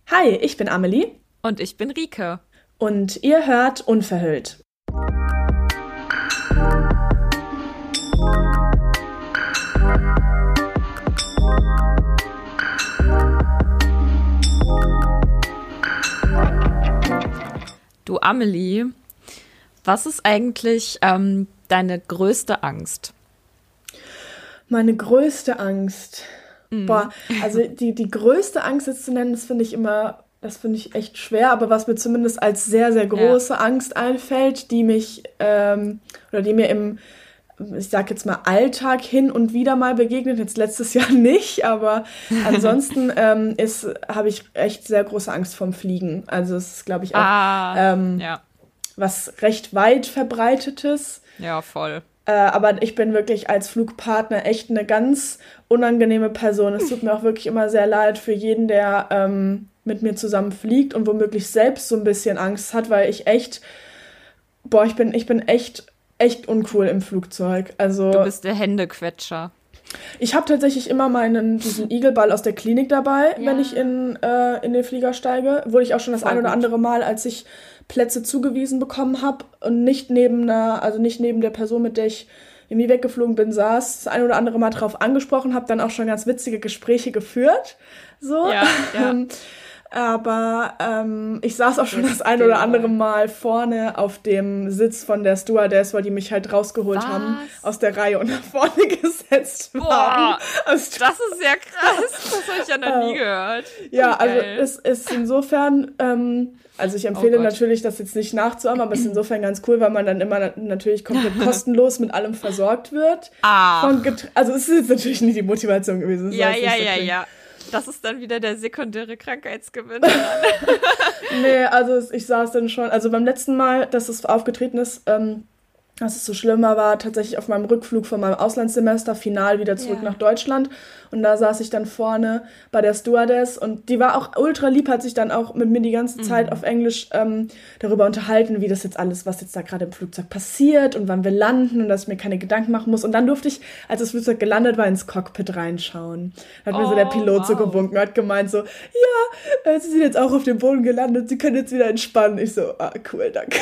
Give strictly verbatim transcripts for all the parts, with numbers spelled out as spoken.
Hi, ich bin Amelie. Und ich bin Rike. Und ihr hört Unverhüllt. Du Amelie, was ist eigentlich ähm, deine größte Angst? Meine größte Angst. Mhm. Boah, also die, die größte Angst jetzt zu nennen, das finde ich immer, das finde ich echt schwer, aber was mir zumindest als sehr, sehr große ja. Angst einfällt, die mich, ähm, oder die mir im, ich sag jetzt mal, Alltag hin und wieder mal begegnet, jetzt letztes Jahr nicht, aber ansonsten ähm, ist, habe ich echt sehr große Angst vorm Fliegen. Also es ist, glaube ich, auch ah, ähm, ja. was recht weit verbreitetes. Ja, voll. Äh, aber ich bin wirklich als Flugpartner echt eine ganz unangenehme Person. Es tut mir auch wirklich immer sehr leid für jeden, der ähm, mit mir zusammen fliegt und womöglich selbst so ein bisschen Angst hat, weil ich echt, boah, ich bin, ich bin echt, echt uncool im Flugzeug. Also, du bist der Händequetscher. Ich habe tatsächlich immer meinen, diesen Igelball aus der Klinik dabei, ja. wenn ich in, äh, in den Flieger steige. Wurde ich auch schon das Voll ein oder gut. andere Mal, als ich Plätze zugewiesen bekommen habe und nicht neben einer, also nicht neben der Person, mit der ich irgendwie weggeflogen bin, saß, das ein oder andere Mal drauf angesprochen, habe dann auch schon ganz witzige Gespräche geführt. So. Ja, ja. Aber ähm, ich saß auch schon das, das ein oder andere Mal vorne auf dem Sitz von der Stewardess, weil die mich halt rausgeholt Was? haben aus der Reihe und nach vorne gesetzt Boah, waren. Also, das ist ja krass. Das habe ich ja noch nie gehört. Ja, also es ist insofern, ähm, also ich empfehle oh natürlich, das jetzt nicht nachzuahmen, aber es ist insofern ganz cool, weil man dann immer na- natürlich komplett kostenlos mit allem versorgt wird. Ah. Von Get- also es ist jetzt natürlich nicht die Motivation gewesen. Ja, ja, ja, ja. Das ist dann wieder der sekundäre Krankheitsgewinn. Nee, also ich saß dann schon, also beim letzten Mal, dass es aufgetreten ist, ähm, dass es so schlimmer war, tatsächlich auf meinem Rückflug von meinem Auslandssemester, final wieder zurück Ja. nach Deutschland. Und da saß ich dann vorne bei der Stewardess und die war auch ultra lieb, hat sich dann auch mit mir die ganze Zeit Mhm. auf Englisch ähm, darüber unterhalten, wie das jetzt alles, was jetzt da gerade im Flugzeug passiert und wann wir landen und dass ich mir keine Gedanken machen muss. Und dann durfte ich, als das Flugzeug gelandet war, ins Cockpit reinschauen. Da hat Oh, mir so der Pilot wow. so gewunken, hat gemeint so, ja, äh, Sie sind jetzt auch auf dem Boden gelandet, Sie können jetzt wieder entspannen. Ich so, ah, cool, danke.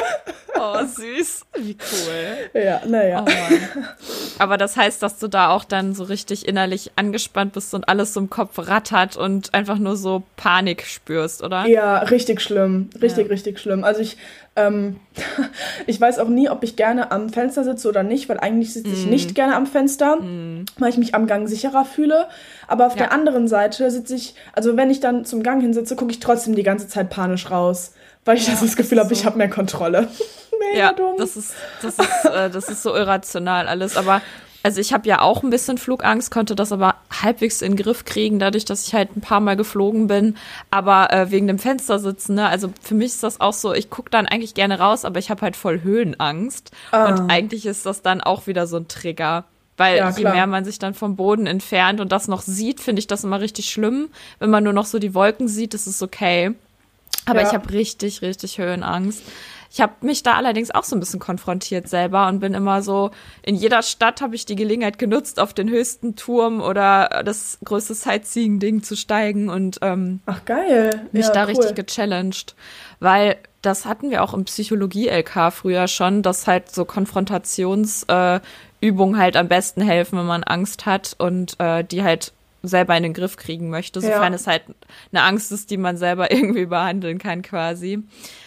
Oh, süß. Wie cool. Ja, naja. Oh Mann. Aber das heißt, dass du da auch dann so richtig innerlich angespannt bist und alles so im Kopf rattert und einfach nur so Panik spürst, oder? Ja, richtig schlimm. Richtig, Ja. richtig schlimm. Also ich, ähm, ich weiß auch nie, ob ich gerne am Fenster sitze oder nicht, weil eigentlich sitze ich Mm. nicht gerne am Fenster, Mm. weil ich mich am Gang sicherer fühle. Aber auf Ja. der anderen Seite sitze ich, also wenn ich dann zum Gang hinsitze, gucke ich trotzdem die ganze Zeit panisch raus, weil ich Ja, das, das Gefühl ist habe, ich so. habe mehr Kontrolle. Mega Ja, dumm. das ist, das ist, äh, das ist so irrational alles. Aber also ich habe ja auch ein bisschen Flugangst, konnte das aber halbwegs in den Griff kriegen, dadurch, dass ich halt ein paar Mal geflogen bin. Aber äh, wegen dem Fenstersitzen, ne, also für mich ist das auch so, ich gucke dann eigentlich gerne raus, aber ich habe halt voll Höhenangst. Ah. Und eigentlich ist das dann auch wieder so ein Trigger. Weil Ja, je klar. mehr man sich dann vom Boden entfernt und das noch sieht, finde ich das immer richtig schlimm. Wenn man nur noch so die Wolken sieht, ist es okay. Aber Ja. ich habe richtig, richtig Höhenangst. Ich habe mich da allerdings auch so ein bisschen konfrontiert selber und bin immer so, in jeder Stadt habe ich die Gelegenheit genutzt, auf den höchsten Turm oder das größte Sightseeing-Ding zu steigen und ähm, Ach, geil. mich ja, da cool. richtig gechallenged. Weil das hatten wir auch im Psychologie-L K früher schon, dass halt so Konfrontationsübungen äh, Übungen halt am besten helfen, wenn man Angst hat und äh, die halt selber in den Griff kriegen möchte, sofern Ja. es halt eine Angst ist, die man selber irgendwie behandeln kann quasi.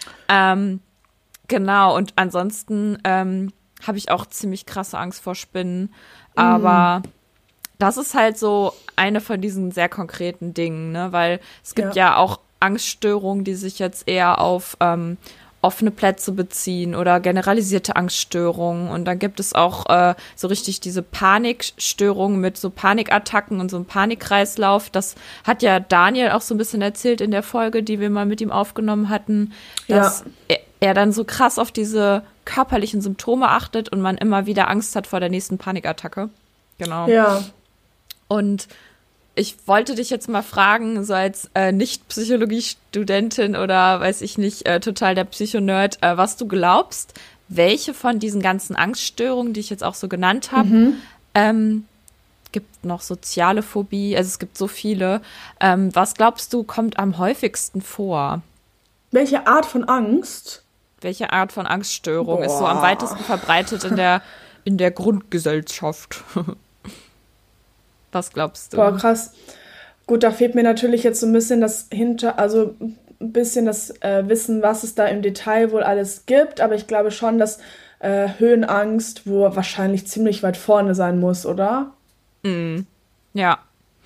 Ähm, genau, und ansonsten ähm, habe ich auch ziemlich krasse Angst vor Spinnen, aber das ist halt so eine von diesen sehr konkreten Dingen, ne, weil es gibt ja, ja auch Angststörungen, die sich jetzt eher auf ähm, offene Plätze beziehen oder generalisierte Angststörungen. Und dann gibt es auch äh, so richtig diese Panikstörungen mit so Panikattacken und so einem Panikkreislauf. Das hat ja Daniel auch so ein bisschen erzählt in der Folge, die wir mal mit ihm aufgenommen hatten, dass Ja. er, er dann so krass auf diese körperlichen Symptome achtet und man immer wieder Angst hat vor der nächsten Panikattacke. Genau. Ja. Und ich wollte dich jetzt mal fragen, so als äh, Nicht-Psychologie-Studentin oder weiß ich nicht, äh, total der Psychonerd, äh, was du glaubst, welche von diesen ganzen Angststörungen, die ich jetzt auch so genannt habe, Mhm. ähm, gibt noch soziale Phobie, also es gibt so viele. Ähm, was glaubst du, kommt am häufigsten vor? Welche Art von Angst? Welche Art von Angststörung Boah. ist so am weitesten verbreitet in der, in der Grundgesellschaft? Was glaubst du? Boah, krass. Gut, da fehlt mir natürlich jetzt so ein bisschen das hinter, also ein bisschen das äh, Wissen, was es da im Detail wohl alles gibt, aber ich glaube schon, dass äh, Höhenangst wo wahrscheinlich ziemlich weit vorne sein muss, oder? Mm, ja.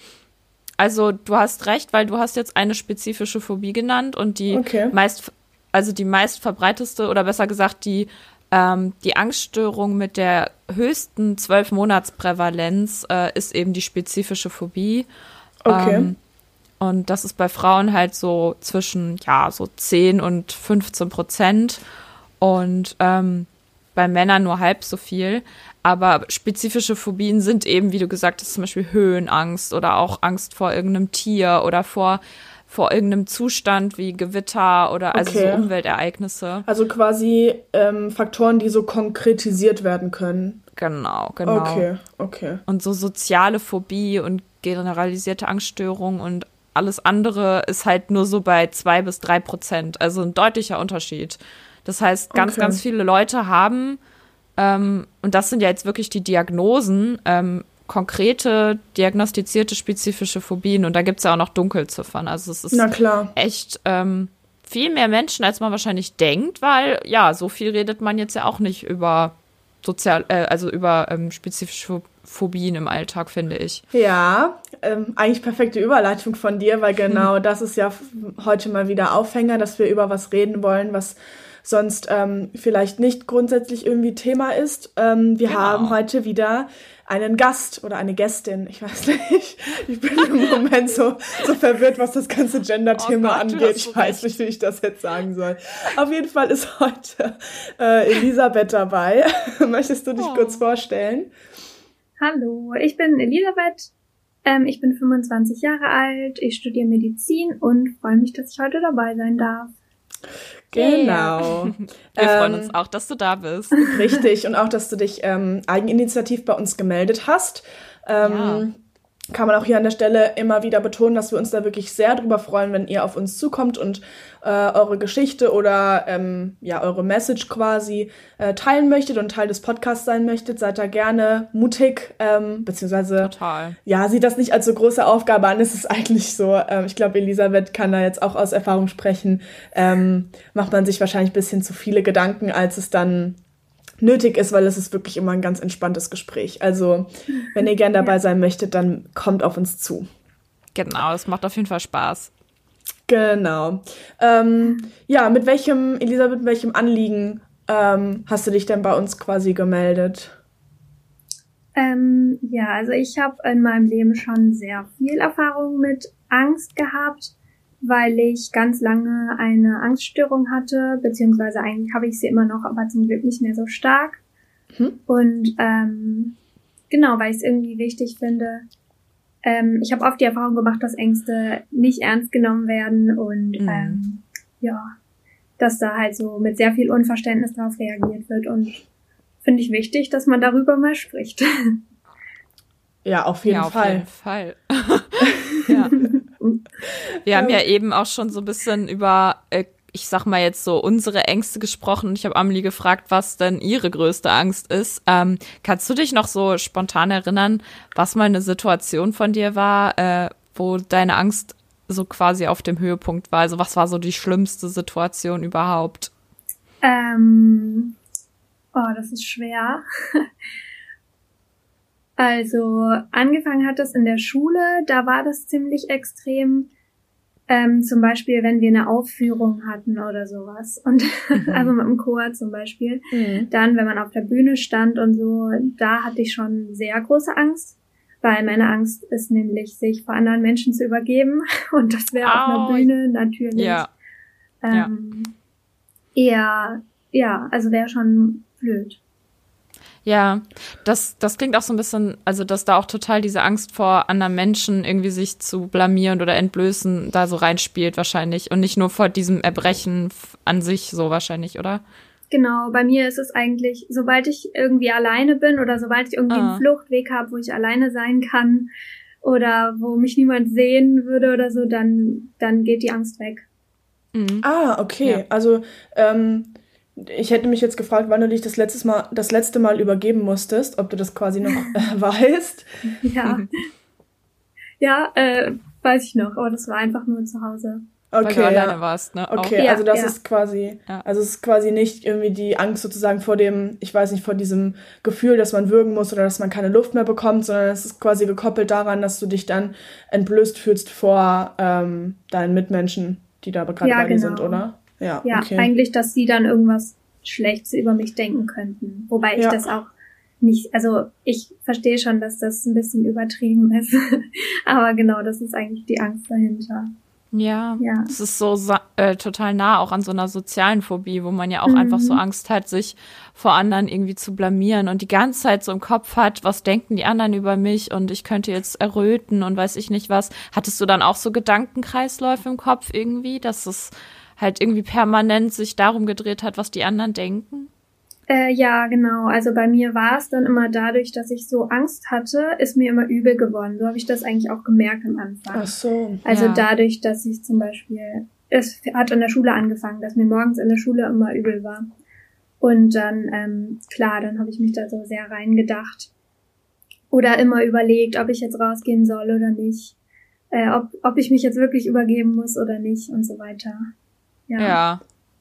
Also du hast recht, weil du hast jetzt eine spezifische Phobie genannt und die Okay. meist, also die meist verbreiteste oder besser gesagt die, ähm, die Angststörung mit der höchsten zwölf-Monats-Prävalenz äh, ist eben die spezifische Phobie. Okay. Ähm, und das ist bei Frauen halt so zwischen, ja, so zehn und fünfzehn Prozent und ähm, bei Männern nur halb so viel. Aber spezifische Phobien sind eben, wie du gesagt hast, zum Beispiel Höhenangst oder auch Angst vor irgendeinem Tier oder vor, vor irgendeinem Zustand wie Gewitter oder also so Okay. Umweltereignisse. Also quasi ähm, Faktoren, die so konkretisiert werden können. Genau, genau. Okay, okay. Und so soziale Phobie und generalisierte Angststörung und alles andere ist halt nur so bei zwei bis drei Prozent. Also ein deutlicher Unterschied. Das heißt, ganz, Okay. ganz viele Leute haben, ähm, und das sind ja jetzt wirklich die Diagnosen, ähm, konkrete, diagnostizierte, spezifische Phobien. Und da gibt es ja auch noch Dunkelziffern. Also es ist Na klar. echt ähm, viel mehr Menschen, als man wahrscheinlich denkt, weil ja, so viel redet man jetzt ja auch nicht über sozial, äh, also über ähm, spezifische Phobien im Alltag, finde ich. Ja, ähm, eigentlich perfekte Überleitung von dir, weil genau das ist ja f- heute mal wieder Aufhänger, dass wir über was reden wollen, was sonst ähm, vielleicht nicht grundsätzlich irgendwie Thema ist. Ähm, wir Genau. haben heute wieder einen Gast oder eine Gästin. Ich weiß nicht. Ich bin im Moment so, so verwirrt, was das ganze Gender-Thema Oh Gott, du angeht. hast so Ich weiß recht. nicht, wie ich das jetzt sagen soll. Auf jeden Fall ist heute äh, Elisabeth dabei. Möchtest du dich Oh. kurz vorstellen? Hallo, ich bin Elisabeth. Ähm, ich bin fünfundzwanzig Jahre alt. Ich studiere Medizin und freue mich, dass ich heute dabei sein darf. Genau. Wir freuen Ähm, uns auch, dass du da bist. Richtig, und auch, dass du dich ähm, eigeninitiativ bei uns gemeldet hast. Ähm, Ja. Kann man auch hier an der Stelle immer wieder betonen, dass wir uns da wirklich sehr drüber freuen, wenn ihr auf uns zukommt und äh, eure Geschichte oder ähm, ja eure Message quasi äh, teilen möchtet und Teil des Podcasts sein möchtet. Seid da gerne mutig, ähm, beziehungsweise Total. ja, sieht das nicht als so große Aufgabe an. Es ist eigentlich so, ähm, ich glaube, Elisabeth kann da jetzt auch aus Erfahrung sprechen, ähm, macht man sich wahrscheinlich ein bisschen zu viele Gedanken, als es dann nötig ist, weil es ist wirklich immer ein ganz entspanntes Gespräch. Also, wenn ihr gern dabei sein möchtet, dann kommt auf uns zu. Genau, es macht auf jeden Fall Spaß. Genau. Ähm, ja, mit welchem, Elisabeth, mit welchem Anliegen ähm, hast du dich denn bei uns quasi gemeldet? Ähm, ja, also ich habe in meinem Leben schon sehr viel Erfahrung mit Angst gehabt, weil ich ganz lange eine Angststörung hatte, beziehungsweise eigentlich habe ich sie immer noch, aber zum Glück nicht mehr so stark. Mhm. Und ähm, genau, weil ich es irgendwie wichtig finde. Ähm, ich habe oft die Erfahrung gemacht, dass Ängste nicht ernst genommen werden und Mhm. ähm, ja, dass da halt so mit sehr viel Unverständnis darauf reagiert wird und finde ich wichtig, dass man darüber mal spricht. Ja, auf jeden ja, auf Fall. jeden Fall. ja. Wir haben ja eben auch schon so ein bisschen über, äh, ich sag mal jetzt so, unsere Ängste gesprochen. Und ich habe Amelie gefragt, was denn ihre größte Angst ist. Ähm, kannst du dich noch so spontan erinnern, was mal eine Situation von dir war, äh, wo deine Angst so quasi auf dem Höhepunkt war? Also was war so die schlimmste Situation überhaupt? Ähm, oh, das ist schwer. Also, angefangen hat es in der Schule, da war das ziemlich extrem. Ähm, zum Beispiel, wenn wir eine Aufführung hatten oder sowas. Und also mit dem Chor zum Beispiel. Mhm. Dann, wenn man auf der Bühne stand und so, da hatte ich schon sehr große Angst. Weil meine Angst ist nämlich, sich vor anderen Menschen zu übergeben. Und das wäre auf einer Au. Bühne natürlich Ja. ähm, eher, ja, also wäre schon blöd. Ja, das, das klingt auch so ein bisschen, also dass da auch total diese Angst vor anderen Menschen irgendwie sich zu blamieren oder entblößen da so reinspielt wahrscheinlich und nicht nur vor diesem Erbrechen f- an sich so wahrscheinlich, oder? Genau, bei mir ist es eigentlich, sobald ich irgendwie alleine bin oder sobald ich irgendwie Ah. einen Fluchtweg habe, wo ich alleine sein kann oder wo mich niemand sehen würde oder so, dann, dann geht die Angst weg. Mhm. Ah, okay. Ja. Also, ähm, ich hätte mich jetzt gefragt, wann du dich das letztes Mal, das letzte Mal übergeben musstest, ob du das quasi noch äh, weißt. Ja. Ja, äh, weiß ich noch, aber das war einfach nur zu Hause. Weil Okay, du alleine ja. warst, ne? Auch. Okay, Ja, also das ja. ist quasi, Ja. also es ist quasi nicht irgendwie die Angst sozusagen vor dem, ich weiß nicht, vor diesem Gefühl, dass man würgen muss oder dass man keine Luft mehr bekommt, sondern es ist quasi gekoppelt daran, dass du dich dann entblößt fühlst vor ähm, deinen Mitmenschen, die da gerade Ja, bei dir genau. sind, oder? Ja, Ja, okay. eigentlich, dass sie dann irgendwas Schlechtes über mich denken könnten. Wobei ich Ja. das auch nicht, also ich verstehe schon, dass das ein bisschen übertrieben ist. Aber genau, das ist eigentlich die Angst dahinter. Ja, Ja. es ist so sa- äh, total nah auch an so einer sozialen Phobie, wo man ja auch Mhm. einfach so Angst hat, sich vor anderen irgendwie zu blamieren und die ganze Zeit so im Kopf hat, was denken die anderen über mich und ich könnte jetzt erröten und weiß ich nicht was. Hattest du dann auch so Gedankenkreisläufe im Kopf irgendwie, dass es halt irgendwie permanent sich darum gedreht hat, was die anderen denken? Äh, ja, genau. Also bei mir war es dann immer dadurch, dass ich so Angst hatte, ist mir immer übel geworden. So habe ich das eigentlich auch gemerkt am Anfang. Ach so. Also Ja. dadurch, dass ich zum Beispiel, es hat in der Schule angefangen, dass mir morgens in der Schule immer übel war. Und dann, ähm, klar, dann habe ich mich da so sehr reingedacht. Oder immer überlegt, ob ich jetzt rausgehen soll oder nicht. Äh, ob, ob ich mich jetzt wirklich übergeben muss oder nicht und so weiter. Ja. Ja.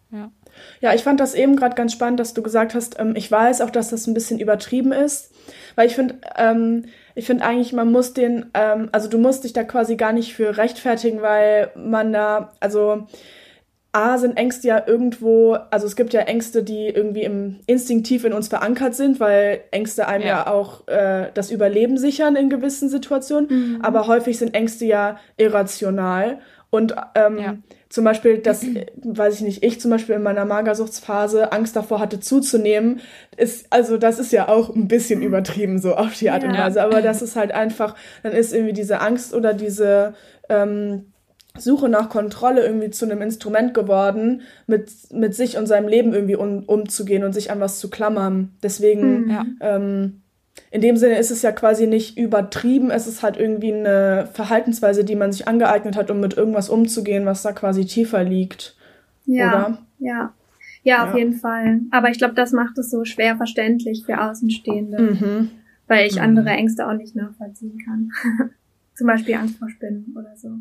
Ja, ich fand das eben gerade ganz spannend, dass du gesagt hast, ähm, ich weiß auch, dass das ein bisschen übertrieben ist, weil ich finde, ähm, ich finde eigentlich, man muss den, ähm, also du musst dich da quasi gar nicht für rechtfertigen, weil man da, also A, sind Ängste ja irgendwo, also es gibt ja Ängste, die irgendwie im instinktiv in uns verankert sind, weil Ängste einem ja, Ja. auch äh, das Überleben sichern in gewissen Situationen, Mhm. aber häufig sind Ängste ja irrational und ähm, Ja. zum Beispiel, dass, äh, weiß ich nicht, ich zum Beispiel in meiner Magersuchtsphase Angst davor hatte zuzunehmen, ist, also das ist ja auch ein bisschen übertrieben so auf die Art und Ja. Weise, aber das ist halt einfach, dann ist irgendwie diese Angst oder diese ähm, Suche nach Kontrolle irgendwie zu einem Instrument geworden, mit, mit sich und seinem Leben irgendwie um, umzugehen und sich an was zu klammern. Deswegen, Mhm. Ja. ähm, in dem Sinne ist es ja quasi nicht übertrieben, es ist halt irgendwie eine Verhaltensweise, die man sich angeeignet hat, um mit irgendwas umzugehen, was da quasi tiefer liegt, Ja, oder? ja. Ja, auf Ja. jeden Fall. Aber ich glaube, das macht es so schwer verständlich für Außenstehende, Mhm. weil ich Mhm. andere Ängste auch nicht nachvollziehen kann. Zum Beispiel Angst vor Spinnen oder so.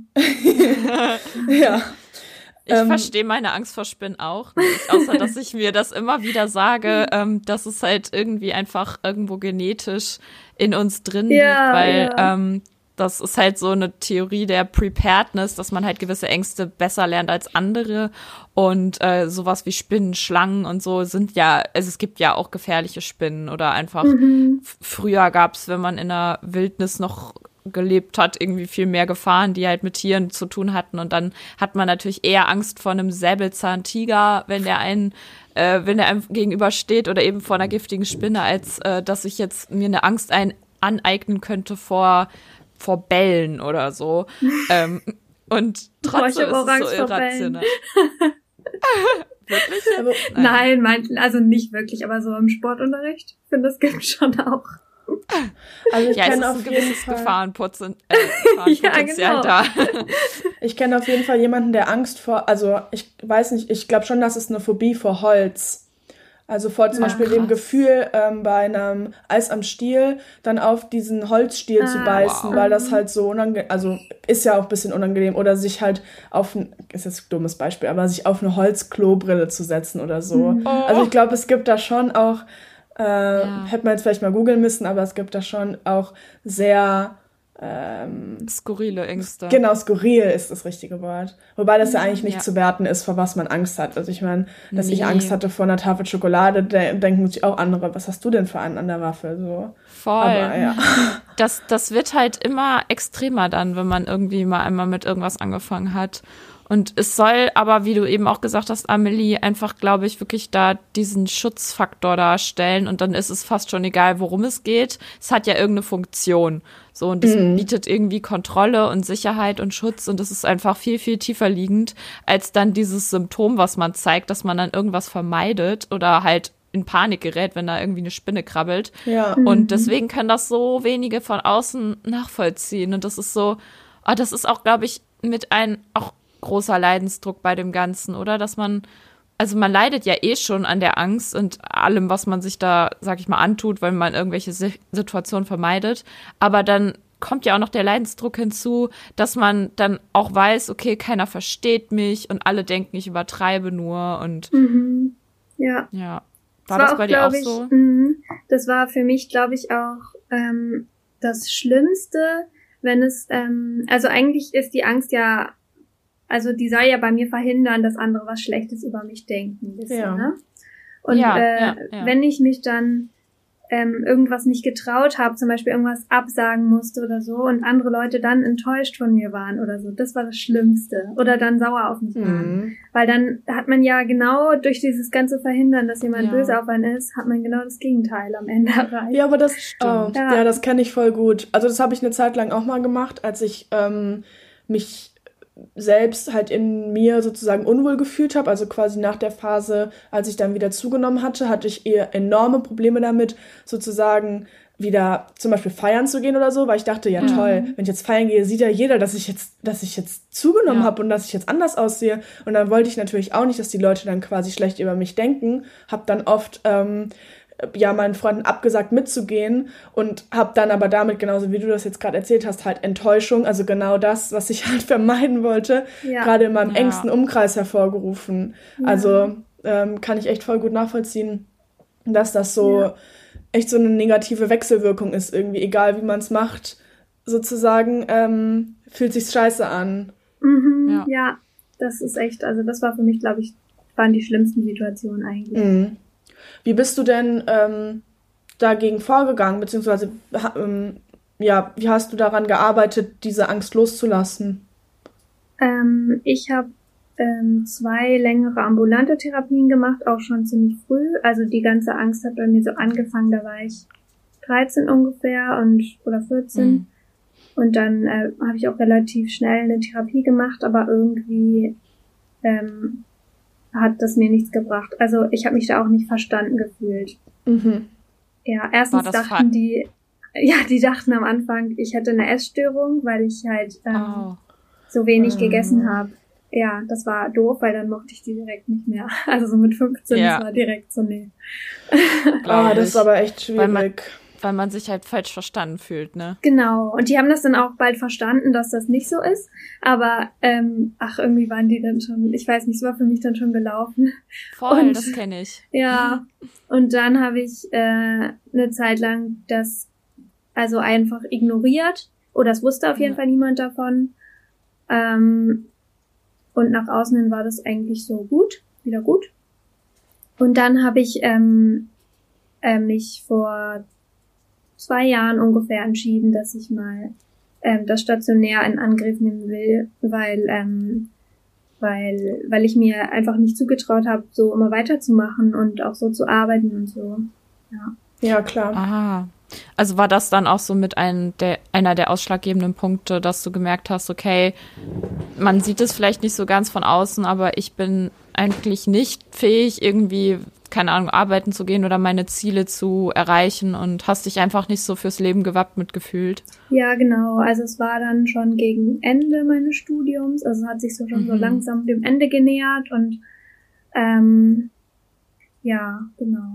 Ja. Ich Ähm, verstehe meine Angst vor Spinnen auch nicht, außer dass ich mir das immer wieder sage, ähm, dass es halt irgendwie einfach irgendwo genetisch in uns drin liegt, Ja, weil ja. ähm, das ist halt so eine Theorie der Preparedness, dass man halt gewisse Ängste besser lernt als andere und äh, sowas wie Spinnen, Schlangen und so sind ja, also es gibt ja auch gefährliche Spinnen oder einfach Mhm. f- früher gab's, wenn man in der Wildnis noch gelebt hat, irgendwie viel mehr Gefahren, die halt mit Tieren zu tun hatten und dann hat man natürlich eher Angst vor einem Säbelzahntiger, wenn der einen äh, wenn der einem gegenübersteht oder eben vor einer giftigen Spinne, als äh, dass ich jetzt mir eine Angst ein aneignen könnte vor vor Bällen oder so. ähm, und Boah, ich trotzdem hab auch ist es Angst so vor Bällen. irrational. Wirklich? aber, Nein, manchen, also nicht wirklich, aber so im Sportunterricht, ich finde, das gibt schon auch. also ich Ja, es ist kenne ein auf jeden gewisses Fall, Gefahrenpoten äh, Gefahrenpotenzial genau. da. ich kenne auf jeden Fall jemanden, der Angst vor, also ich weiß nicht, ich glaube schon, dass es eine Phobie vor Holz. Also vor zum Ah, Beispiel dem krass. Gefühl, ähm, bei einem Eis am Stiel dann auf diesen Holzstiel zu Ah, beißen, wow. weil das halt so unangenehm, also ist ja auch ein bisschen unangenehm. Oder sich halt auf, ein, ist jetzt ein dummes Beispiel, aber sich auf eine Holzklobrille zu setzen oder so. Mhm. Oh. Also ich glaube, es gibt da schon auch, äh, Ja. hätte man jetzt vielleicht mal googeln müssen, aber es gibt da schon auch sehr, ähm, Skurrile Ängste. genau, skurril ist das richtige Wort. Wobei das ja eigentlich nicht Ja. zu werten ist, vor was man Angst hat. Also ich meine, dass ich Nee. Angst hatte vor einer Tafel Schokolade, de- denken sich auch andere, was hast du denn für einen an der Waffe? So. Voll. Aber ja. Das, das wird halt immer extremer dann, wenn man irgendwie mal einmal mit irgendwas angefangen hat. Und es soll aber, wie du eben auch gesagt hast, Amelie, einfach, glaube ich, wirklich da diesen Schutzfaktor darstellen. Und dann ist es fast schon egal, worum es geht. Es hat ja irgendeine Funktion. So, und es mhm. bietet irgendwie Kontrolle und Sicherheit und Schutz. Und es ist einfach viel, viel tiefer liegend als dann dieses Symptom, was man zeigt, dass man dann irgendwas vermeidet oder halt in Panik gerät, wenn da irgendwie eine Spinne krabbelt. Ja. Und mhm. deswegen können das so wenige von außen nachvollziehen. Und das ist so, oh, das ist auch, glaube ich, mit ein auch großer Leidensdruck bei dem Ganzen, oder? Dass man, also man leidet ja eh schon an der Angst und allem, was man sich da, sag ich mal, antut, weil man irgendwelche Si- Situationen vermeidet. Aber dann kommt ja auch noch der Leidensdruck hinzu, dass man dann auch weiß, okay, keiner versteht mich und alle denken, ich übertreibe nur und Mhm. Ja. ja. Das War das auch, bei dir glaub auch ich, so? mh, Das war für mich, glaube ich, auch ähm, das Schlimmste, wenn es, ähm, also eigentlich ist die Angst ja, also die soll ja bei mir verhindern, dass andere was Schlechtes über mich denken. Bisschen, Ja. ne? Und Ja, äh, ja, ja. wenn ich mich dann ähm, irgendwas nicht getraut habe, zum Beispiel irgendwas absagen musste oder so und andere Leute dann enttäuscht von mir waren oder so, das war das Schlimmste. Oder dann sauer auf mich waren. Mhm. Weil dann hat man ja genau durch dieses ganze Verhindern, dass jemand Ja. böse auf einen ist, hat man genau das Gegenteil am Ende erreicht. Ja, aber das Stimmt. äh, ja. Ja. das kenne ich voll gut. Also das habe ich eine Zeit lang auch mal gemacht, als ich ähm, mich selbst halt in mir sozusagen unwohl gefühlt habe. Also quasi nach der Phase, als ich dann wieder zugenommen hatte, hatte ich eher enorme Probleme damit, sozusagen wieder zum Beispiel feiern zu gehen oder so, weil ich dachte, ja Mhm. toll, wenn ich jetzt feiern gehe, sieht ja jeder, dass ich jetzt, dass ich jetzt zugenommen Ja. habe und dass ich jetzt anders aussehe. Und dann wollte ich natürlich auch nicht, dass die Leute dann quasi schlecht über mich denken. Hab dann oft ähm, ja meinen Freunden abgesagt mitzugehen und hab dann aber damit, genauso wie du das jetzt gerade erzählt hast, halt Enttäuschung, also genau das, was ich halt vermeiden wollte, Ja. gerade in meinem Ja. engsten Umkreis hervorgerufen. Ja. Also ähm, kann ich echt voll gut nachvollziehen, dass das so Ja. echt so eine negative Wechselwirkung ist irgendwie, egal wie man es macht, sozusagen, ähm, fühlt sich scheiße an. Mhm, Ja. ja, das ist echt, also das war für mich, glaube ich, waren die schlimmsten Situationen eigentlich. Mhm. Wie bist du denn ähm, dagegen vorgegangen, beziehungsweise ha- ähm, ja, wie hast du daran gearbeitet, diese Angst loszulassen? Ähm, ich habe ähm, zwei längere ambulante Therapien gemacht, auch schon ziemlich früh. Also die ganze Angst hat bei mir so angefangen, da war ich dreizehn ungefähr und oder vierzehn. Mhm. Und dann äh, habe ich auch relativ schnell eine Therapie gemacht, aber irgendwie ähm, hat das mir nichts gebracht. Also ich habe mich da auch nicht verstanden gefühlt. Mhm. Ja, erstens das dachten fa- die, ja, die dachten am Anfang, ich hätte eine Essstörung, weil ich halt ähm, Oh. so wenig Mhm. gegessen habe. Ja, das war doof, weil dann mochte ich die direkt nicht mehr. Also so mit fünfzehn, Ja. das war direkt so, nee. Ah, Glaub das ich. ist aber echt Weil man- schwierig. Weil man sich halt falsch verstanden fühlt, ne? Genau. Und die haben das dann auch bald verstanden, dass das nicht so ist. Aber, ähm, ach, irgendwie waren die dann schon, ich weiß nicht, es war für mich dann schon gelaufen. Voll, Und- das kenne ich. Ja. Und dann habe ich äh, eine Zeit lang das also einfach ignoriert. Oder es wusste auf jeden Ja. Fall niemand davon. Ähm, und nach außen hin war das eigentlich so gut, wieder gut. Und dann habe ich ähm, äh, mich vor zwei Jahren ungefähr entschieden, dass ich mal ähm, das stationär in Angriff nehmen will, weil ähm, weil weil ich mir einfach nicht zugetraut habe, so immer weiterzumachen und auch so zu arbeiten und so. Ja. Ja, klar. Ah. Also war das dann auch so mit ein, der, einer der ausschlaggebenden Punkte, dass du gemerkt hast, okay, man sieht es vielleicht nicht so ganz von außen, aber ich bin eigentlich nicht fähig, irgendwie, keine Ahnung, arbeiten zu gehen oder meine Ziele zu erreichen und hast dich einfach nicht so fürs Leben gewappnet gefühlt. Ja, genau. Also es war dann schon gegen Ende meines Studiums, also es hat sich so schon so Mhm. langsam dem Ende genähert und ähm, ja, genau.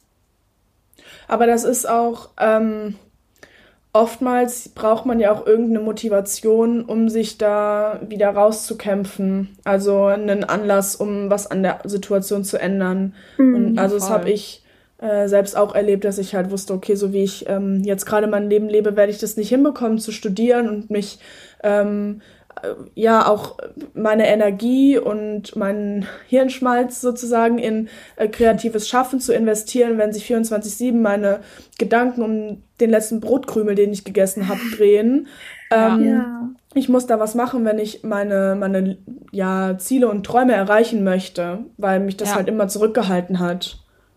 Aber das ist auch, ähm, oftmals braucht man ja auch irgendeine Motivation, um sich da wieder rauszukämpfen. Also einen Anlass, um was an der Situation zu ändern. Mhm. Und also das voll. habe ich äh, selbst auch erlebt, dass ich halt wusste, okay, so wie ich ähm, jetzt gerade mein Leben lebe, werde ich das nicht hinbekommen zu studieren und mich ähm, äh, ja auch meine Energie und meinen Hirnschmalz sozusagen in äh, kreatives Schaffen zu investieren, wenn sich vierundzwanzig sieben meine Gedanken um den letzten Brotkrümel, den ich gegessen habe, drehen. Ja. Ähm, Ja. ich muss da was machen, wenn ich meine, meine ja, Ziele und Träume erreichen möchte, weil mich das Ja. halt immer zurückgehalten hat.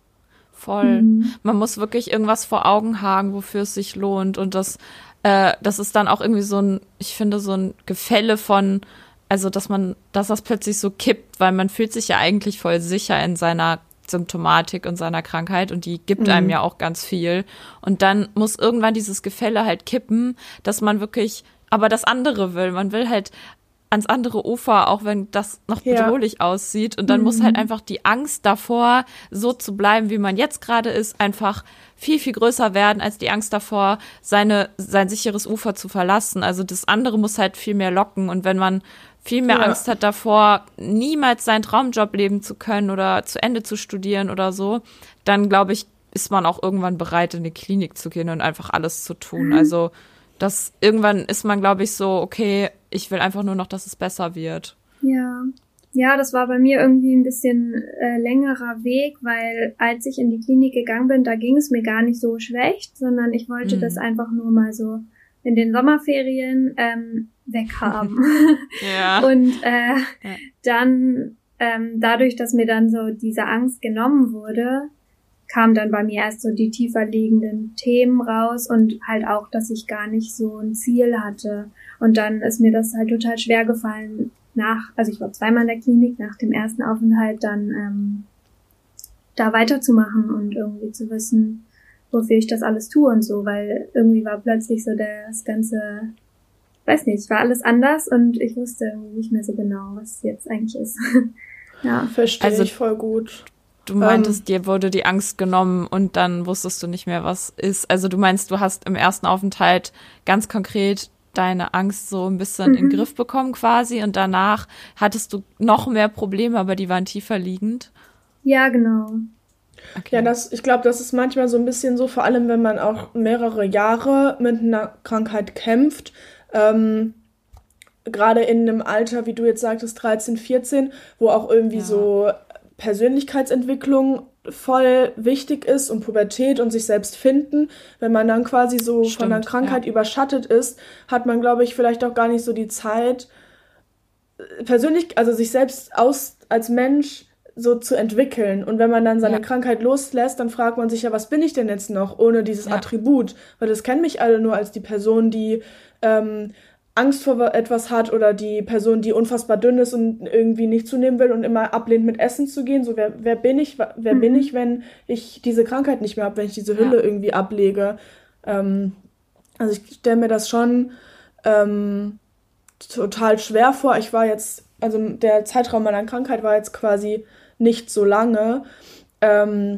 Voll. Mhm. Man muss wirklich irgendwas vor Augen haben, wofür es sich lohnt. Und das, äh, das ist dann auch irgendwie so ein, ich finde, so ein Gefälle von, also dass man, dass das plötzlich so kippt, weil man fühlt sich ja eigentlich voll sicher in seiner Symptomatik und seiner Krankheit und die gibt einem Mhm. ja auch ganz viel. Und dann muss irgendwann dieses Gefälle halt kippen, dass man wirklich aber das andere will. Man will halt ans andere Ufer, auch wenn das noch Ja. bedrohlich aussieht. Und dann muss halt einfach die Angst davor, so zu bleiben, wie man jetzt gerade ist, einfach viel, viel größer werden, als die Angst davor, seine, sein sicheres Ufer zu verlassen. Also das andere muss halt viel mehr locken. Und wenn man viel mehr Ja. Angst hat davor, niemals seinen Traumjob leben zu können oder zu Ende zu studieren oder so, dann glaube ich, ist man auch irgendwann bereit, in die Klinik zu gehen und einfach alles zu tun. Also das irgendwann ist man, glaube ich, so, okay, ich will einfach nur noch, dass es besser wird. Ja. Ja, das war bei mir irgendwie ein bisschen äh, längerer Weg, weil als ich in die Klinik gegangen bin, da ging es mir gar nicht so schlecht, sondern ich wollte Mhm. das einfach nur mal so in den Sommerferien ähm, weghaben. Ja. Und äh, Ja. dann, ähm, dadurch, dass mir dann so diese Angst genommen wurde, kamen dann bei mir erst so die tiefer liegenden Themen raus und halt auch, dass ich gar nicht so ein Ziel hatte. Und dann ist mir das halt total schwer gefallen, nach, also ich war zweimal in der Klinik, nach dem ersten Aufenthalt dann ähm, da weiterzumachen und irgendwie zu wissen, wofür ich das alles tue und so, weil irgendwie war plötzlich so das ganze, weiß nicht, war alles anders und ich wusste irgendwie nicht mehr so genau, was jetzt eigentlich ist. Ja. Verstehe Also- ich voll gut. Du meintest, dir wurde die Angst genommen und dann wusstest du nicht mehr, was ist. Also du meinst, du hast im ersten Aufenthalt ganz konkret deine Angst so ein bisschen Mhm. in den Griff bekommen quasi und danach hattest du noch mehr Probleme, aber die waren tiefer liegend. Ja, genau. Okay. Ja, das, ich glaube, das ist manchmal so ein bisschen so, vor allem wenn man auch mehrere Jahre mit einer Krankheit kämpft. Ähm, gerade in einem Alter, wie du jetzt sagtest, dreizehn, vierzehn, wo auch irgendwie Ja. so Persönlichkeitsentwicklung voll wichtig ist und Pubertät und sich selbst finden. Wenn man dann quasi so von einer Stimmt, Krankheit überschattet ist, hat man, glaube ich, vielleicht auch gar nicht so die Zeit, äh, persönlich, also sich selbst aus, als Mensch so zu entwickeln. Und wenn man dann seine Ja. Krankheit loslässt, dann fragt man sich ja, was bin ich denn jetzt noch ohne dieses Ja. Attribut? Weil das kennen mich alle nur als die Person, die ähm, Angst vor etwas hat oder die Person, die unfassbar dünn ist und irgendwie nicht zunehmen will und immer ablehnt, mit Essen zu gehen. So, wer, wer bin ich? Wer Mhm. bin ich, wenn ich diese Krankheit nicht mehr habe, wenn ich diese Hülle Ja. irgendwie ablege? Ähm, also ich stelle mir das schon ähm, total schwer vor. Ich war jetzt, also der Zeitraum meiner Krankheit war jetzt quasi nicht so lange. Ähm,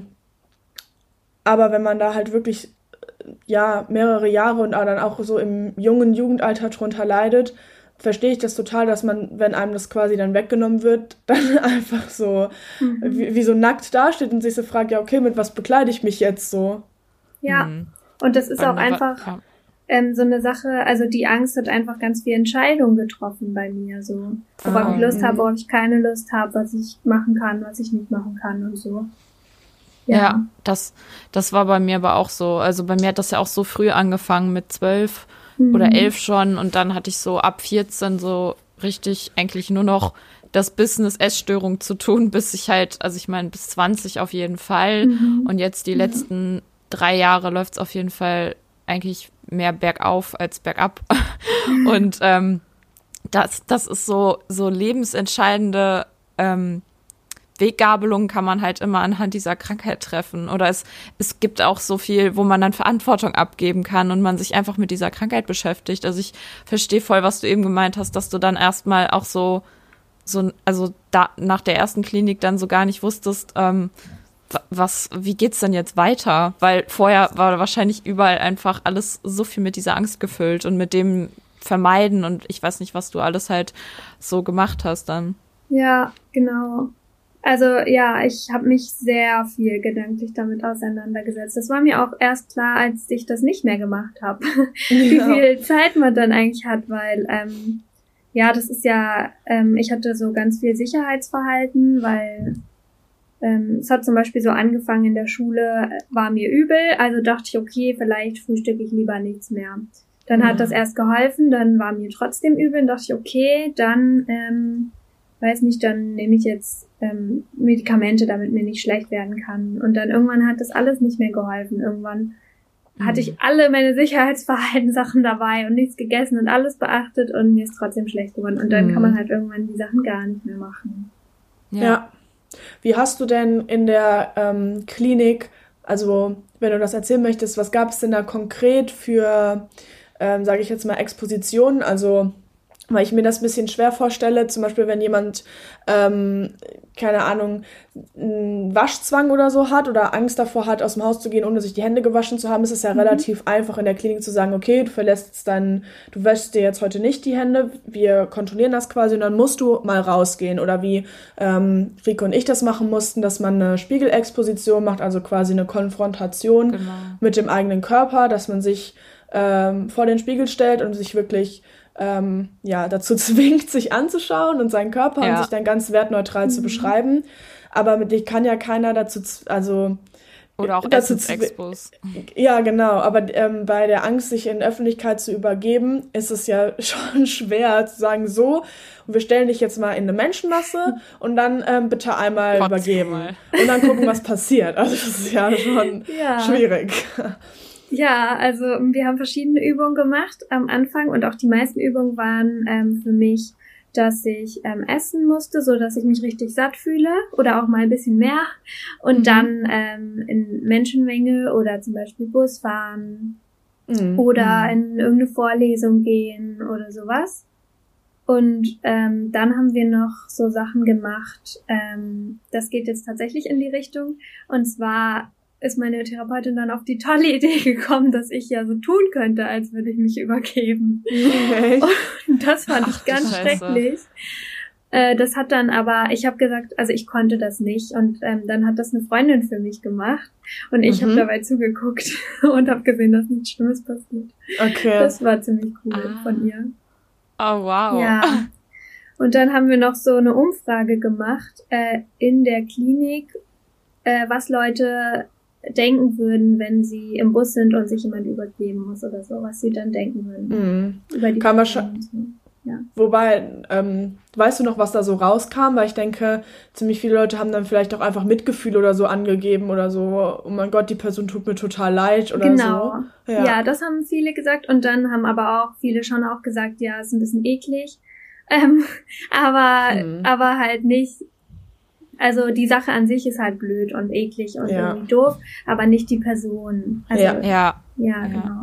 aber wenn man da halt wirklich ja mehrere Jahre und dann auch so im jungen Jugendalter drunter leidet, verstehe ich das total, dass man, wenn einem das quasi dann weggenommen wird, dann einfach so Mhm. wie, wie so nackt dasteht und sich so fragt, ja okay, mit was bekleide ich mich jetzt so? Ja, Mhm. und das ist Bei auch mir war- einfach ja. ähm, so eine Sache, also die Angst hat einfach ganz viel Entscheidungen getroffen bei mir, so worauf Ah, ich Lust mhm. habe, worauf ich keine Lust habe, was ich machen kann, was ich nicht machen kann und so. Ja, das, das war bei mir aber auch so. Also bei mir hat das ja auch so früh angefangen mit zwölf Mhm. oder elf schon und dann hatte ich so ab vierzehn so richtig eigentlich nur noch das Business Essstörung zu tun, bis ich halt, also ich meine bis zwanzig auf jeden Fall Mhm. und jetzt die letzten drei Jahre läuft's auf jeden Fall eigentlich mehr bergauf als bergab und ähm, das, das ist so, so lebensentscheidende ähm, Weggabelungen kann man halt immer anhand dieser Krankheit treffen. Oder es, es gibt auch so viel, wo man dann Verantwortung abgeben kann und man sich einfach mit dieser Krankheit beschäftigt. Also ich verstehe voll, was du eben gemeint hast, dass du dann erstmal auch so, so, also da nach der ersten Klinik dann so gar nicht wusstest, ähm, was, wie geht's denn jetzt weiter? Weil vorher war wahrscheinlich überall einfach alles so viel mit dieser Angst gefüllt und mit dem Vermeiden und ich weiß nicht, was du alles halt so gemacht hast dann. Ja, genau. Also ja, ich habe mich sehr viel gedanklich damit auseinandergesetzt. Das war mir auch erst klar, als ich das nicht mehr gemacht habe, wie Ja. viel Zeit man dann eigentlich hat, weil ähm, ja, das ist ja, ähm, ich hatte so ganz viel Sicherheitsverhalten, weil ähm, es hat zum Beispiel so angefangen in der Schule, war mir übel, also dachte ich, okay, vielleicht frühstücke ich lieber nichts mehr. Dann Mhm. hat das erst geholfen, dann war mir trotzdem übel und dachte ich, okay, dann, ähm, weiß nicht, dann nehme ich jetzt ähm, Medikamente, damit mir nicht schlecht werden kann. Und dann irgendwann hat das alles nicht mehr geholfen. Irgendwann hatte ich alle meine Sicherheitsverhaltenssachen dabei und nichts gegessen und alles beachtet und mir ist trotzdem schlecht geworden. Und dann Mhm. kann man halt irgendwann die Sachen gar nicht mehr machen. Ja. Ja. Wie hast du denn in der ähm, Klinik, also wenn du das erzählen möchtest, was gab es denn da konkret für, ähm, sage ich jetzt mal, Expositionen? Also, weil ich mir das ein bisschen schwer vorstelle, zum Beispiel, wenn jemand, ähm, keine Ahnung, einen Waschzwang oder so hat oder Angst davor hat, aus dem Haus zu gehen, ohne sich die Hände gewaschen zu haben, ist es ja Mhm. relativ einfach in der Klinik zu sagen, okay, du verlässt jetzt dann, du wäschst dir jetzt heute nicht die Hände, wir kontrollieren das quasi und dann musst du mal rausgehen. Oder wie ähm, Rico und ich das machen mussten, dass man eine Spiegelexposition macht, also quasi eine Konfrontation Genau. mit dem eigenen Körper, dass man sich ähm, vor den Spiegel stellt und sich wirklich ähm, ja, dazu zwingt, sich anzuschauen und seinen Körper und Ja. sich dann ganz wertneutral zu Mhm. beschreiben. Aber mit dich kann ja keiner dazu, z- also Oder auch dazu Essensexpos. ja, genau, aber ähm, bei der Angst, sich in Öffentlichkeit zu übergeben, ist es ja schon schwer zu sagen, so, wir stellen dich jetzt mal in eine Menschenmasse und dann ähm, bitte einmal Kotz übergeben. mal. Und dann gucken, was passiert. Also das ist ja schon Ja. schwierig. Ja, also wir haben verschiedene Übungen gemacht am Anfang und auch die meisten Übungen waren ähm, für mich, dass ich ähm, essen musste, so dass ich mich richtig satt fühle oder auch mal ein bisschen mehr und Mhm. dann ähm, in Menschenmenge oder zum Beispiel Bus fahren Mhm. oder in irgendeine Vorlesung gehen oder sowas. Und ähm, dann haben wir noch so Sachen gemacht, ähm, das geht jetzt tatsächlich in die Richtung, und zwar ist meine Therapeutin dann auf die tolle Idee gekommen, dass ich ja so tun könnte, als würde ich mich übergeben. Echt? Und das fand Ach, ich du ganz Scheiße. schrecklich. Äh, das hat dann aber, ich habe gesagt, also ich konnte das nicht, und ähm, dann hat das eine Freundin für mich gemacht und ich Mhm. habe dabei zugeguckt und habe gesehen, dass nichts Schlimmes passiert. Okay. Das war ziemlich cool Ah. von ihr. Oh, wow. Ja. Und dann haben wir noch so eine Umfrage gemacht äh, in der Klinik, äh, was Leute denken würden, wenn sie im Bus sind und sich jemand übergeben muss oder so, was sie dann denken würden Mhm. über die Kann man Person schon- und so. Ja. Wobei, ähm, weißt du noch, was da so rauskam? Weil ich denke, ziemlich viele Leute haben dann vielleicht auch einfach Mitgefühl oder so angegeben oder so, oh mein Gott, die Person tut mir total leid oder Genau. so. Ja. das haben viele gesagt, und dann haben aber auch viele schon auch gesagt, ja, ist ein bisschen eklig, ähm, aber Hm. aber halt nicht. Also die Sache an sich ist halt blöd und eklig und Ja. irgendwie doof, aber nicht die Person. Also, Ja. Ja. ja, Ja. genau.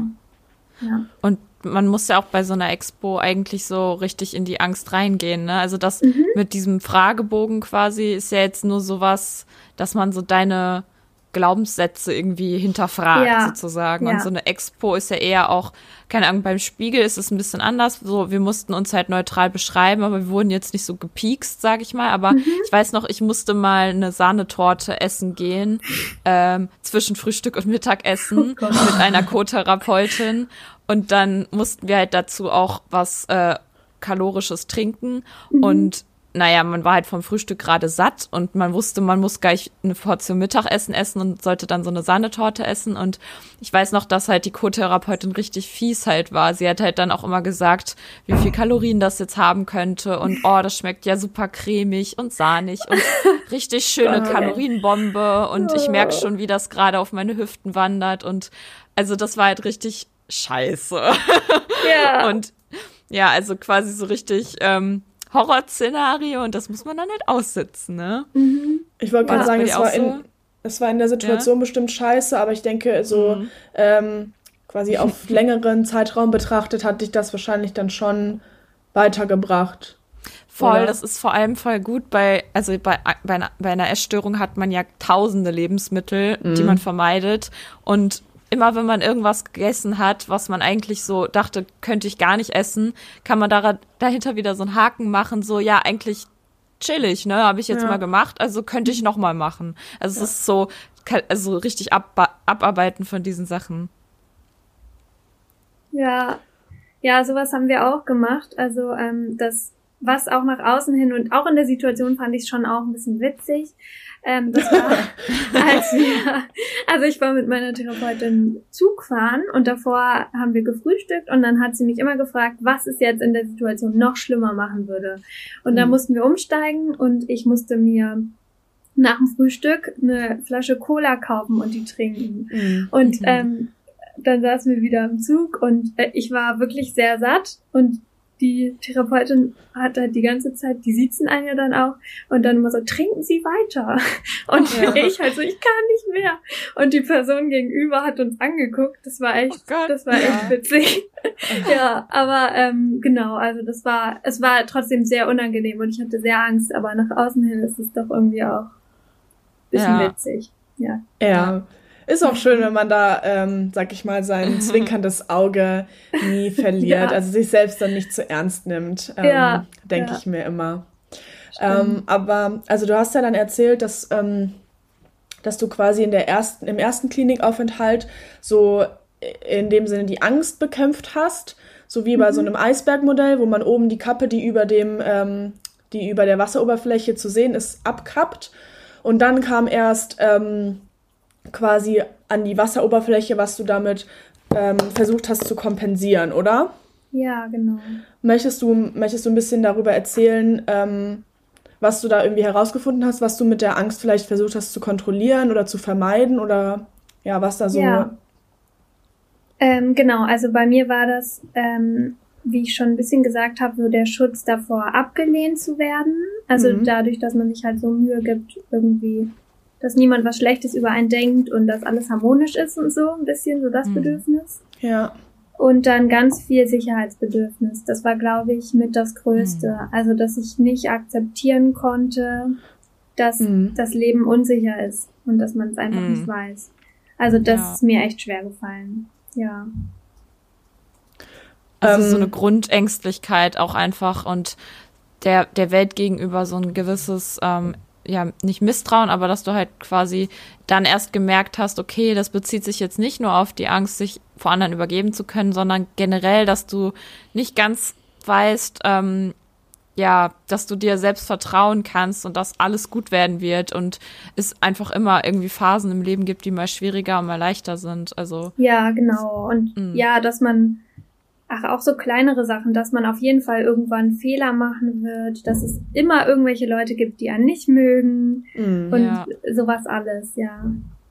Ja. Und man muss ja auch bei so einer Expo eigentlich so richtig in die Angst reingehen, ne? Also das Mhm. mit diesem Fragebogen quasi ist ja jetzt nur sowas, dass man so deine Glaubenssätze irgendwie hinterfragt, Ja. sozusagen. Ja. Und so eine Expo ist ja eher auch, keine Ahnung, beim Spiegel ist es ein bisschen anders. So, wir mussten uns halt neutral beschreiben, aber wir wurden jetzt nicht so gepiekst, sag ich mal. Aber Mhm. ich weiß noch, ich musste mal eine Sahnetorte essen gehen, ähm, zwischen Frühstück und Mittagessen Oh Gott. mit einer Co-Therapeutin. Und dann mussten wir halt dazu auch was äh, Kalorisches trinken. Mhm. Und naja, man war halt vom Frühstück gerade satt und man wusste, man muss gleich eine Portion Mittagessen essen und sollte dann so eine Sahnetorte essen. Und ich weiß noch, dass halt die Co-Therapeutin richtig fies halt war. Sie hat halt dann auch immer gesagt, wie viel Kalorien das jetzt haben könnte und oh, das schmeckt ja super cremig und sahnig und richtig schöne Geil. Kalorienbombe und ich merke schon, wie das gerade auf meine Hüften wandert. Und also das war halt richtig scheiße. Ja. Und ja, also quasi so richtig ähm, Horrorszenario, und das muss man dann halt aussitzen, ne? Mhm. Ich wollte War gerade das sagen, bei es dir war, auch in, so? es war in der Situation bestimmt scheiße, aber ich denke, so Mhm. ähm, quasi auf längeren Zeitraum betrachtet, hat dich das wahrscheinlich dann schon weitergebracht. Voll, Oder? das ist vor allem voll gut bei, also bei, bei, einer, bei einer Essstörung hat man ja tausende Lebensmittel, die Mhm. man vermeidet, und immer wenn man irgendwas gegessen hat, was man eigentlich so dachte, könnte ich gar nicht essen, kann man da, dahinter wieder so einen Haken machen, so, ja, eigentlich chillig, ne, habe ich jetzt Ja. mal gemacht, also könnte ich noch mal machen. Also Ja. es ist so, also richtig abba- abarbeiten von diesen Sachen. Ja, ja, sowas haben wir auch gemacht. Also ähm, das was auch nach außen hin und auch in der Situation fand ich es schon auch ein bisschen witzig. Ähm, das war, als wir, also ich war mit meiner Therapeutin Zug fahren und davor haben wir gefrühstückt und dann hat sie mich immer gefragt, was es jetzt in der Situation noch schlimmer machen würde. Und dann mhm. mussten wir umsteigen und ich musste mir nach dem Frühstück eine Flasche Cola kaufen und die trinken. Mhm. Und ähm, dann saßen wir wieder im Zug und äh, ich war wirklich sehr satt und die Therapeutin hat halt die ganze Zeit, die siezen einen ja dann auch und dann immer so, trinken Sie weiter. Und ja. ich halt so, ich kann nicht mehr. Und die Person gegenüber hat uns angeguckt. Das war echt, oh Gott, das war ja. echt witzig. Ja, aber ähm, genau, also das war, es war trotzdem sehr unangenehm und ich hatte sehr Angst, aber nach außen hin ist es doch irgendwie auch ein bisschen ja. witzig. Ja. Ja. Ist auch schön, wenn man da, ähm, sag ich mal, sein zwinkerndes Auge nie verliert, ja. also sich selbst dann nicht zu ernst nimmt, ähm, ja. denke ja. ich mir immer. Ähm, aber, also du hast ja dann erzählt, dass, ähm, dass du quasi in der ersten, im ersten Klinikaufenthalt so in dem Sinne die Angst bekämpft hast, so wie bei mhm. so einem Eisbergmodell, wo man oben die Kappe, die über dem, ähm, die über der Wasseroberfläche zu sehen ist, abkappt. Und dann kam erst, ähm, quasi an die Wasseroberfläche, was du damit ähm, versucht hast zu kompensieren, oder? Ja, genau. Möchtest du, möchtest du ein bisschen darüber erzählen, ähm, was du da irgendwie herausgefunden hast, was du mit der Angst vielleicht versucht hast zu kontrollieren oder zu vermeiden oder ja, was da so... Ja. Ähm, genau, also bei mir war das, ähm, wie ich schon ein bisschen gesagt habe, so der Schutz davor, abgelehnt zu werden. Also mhm. dadurch, dass man sich halt so Mühe gibt, irgendwie... dass niemand was Schlechtes über einen denkt und dass alles harmonisch ist und so, ein bisschen so das mhm. Bedürfnis. Ja. Und dann ganz viel Sicherheitsbedürfnis. Das war, glaube ich, mit das Größte. Mhm. Also, dass ich nicht akzeptieren konnte, dass mhm. das Leben unsicher ist und dass man es einfach mhm. nicht weiß. Also, das ja. ist mir echt schwer gefallen. Ja. Also, ähm, so eine Grundängstlichkeit auch einfach und der, der Welt gegenüber so ein gewisses, ähm, ja, nicht Misstrauen, aber dass du halt quasi dann erst gemerkt hast, okay, das bezieht sich jetzt nicht nur auf die Angst, sich vor anderen übergeben zu können, sondern generell, dass du nicht ganz weißt, ähm, ja, dass du dir selbst vertrauen kannst und dass alles gut werden wird und es einfach immer irgendwie Phasen im Leben gibt, die mal schwieriger und mal leichter sind. Also ja, genau. Und mh. ja, dass man Ach, auch so kleinere Sachen, dass man auf jeden Fall irgendwann Fehler machen wird, dass es immer irgendwelche Leute gibt, die einen nicht mögen mm, und ja. sowas alles, ja.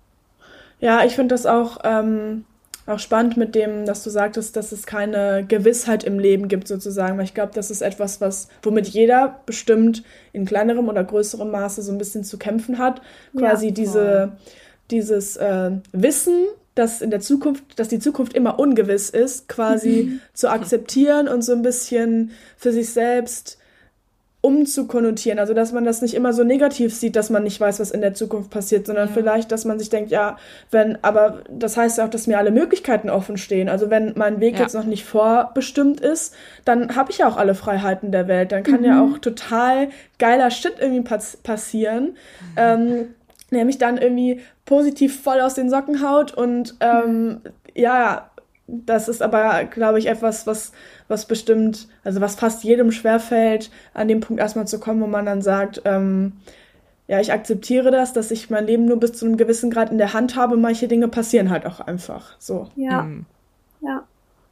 Ja, ich finde das auch, ähm, auch spannend mit dem, dass du sagtest, dass es keine Gewissheit im Leben gibt sozusagen, weil ich glaube, das ist etwas, was womit jeder bestimmt in kleinerem oder größerem Maße so ein bisschen zu kämpfen hat. Quasi ja, diese, dieses äh, Wissen, dass in der Zukunft, dass die Zukunft immer ungewiss ist, quasi mhm. zu akzeptieren und so ein bisschen für sich selbst umzukonnotieren. Also, dass man das nicht immer so negativ sieht, dass man nicht weiß, was in der Zukunft passiert, sondern ja. vielleicht, dass man sich denkt, ja, wenn, aber das heißt ja auch, dass mir alle Möglichkeiten offen stehen. Also, wenn mein Weg ja. jetzt noch nicht vorbestimmt ist, dann habe ich ja auch alle Freiheiten der Welt. Dann kann mhm. ja auch total geiler Shit irgendwie pass- passieren. Mhm. Ähm, der mich dann irgendwie positiv voll aus den Socken haut und ähm, ja, das ist aber, glaube ich, etwas, was was bestimmt, also was fast jedem schwerfällt, an dem Punkt erstmal zu kommen, wo man dann sagt, ähm, ja, ich akzeptiere das, dass ich mein Leben nur bis zu einem gewissen Grad in der Hand habe, manche Dinge passieren halt auch einfach, so. Ja, mhm. ja.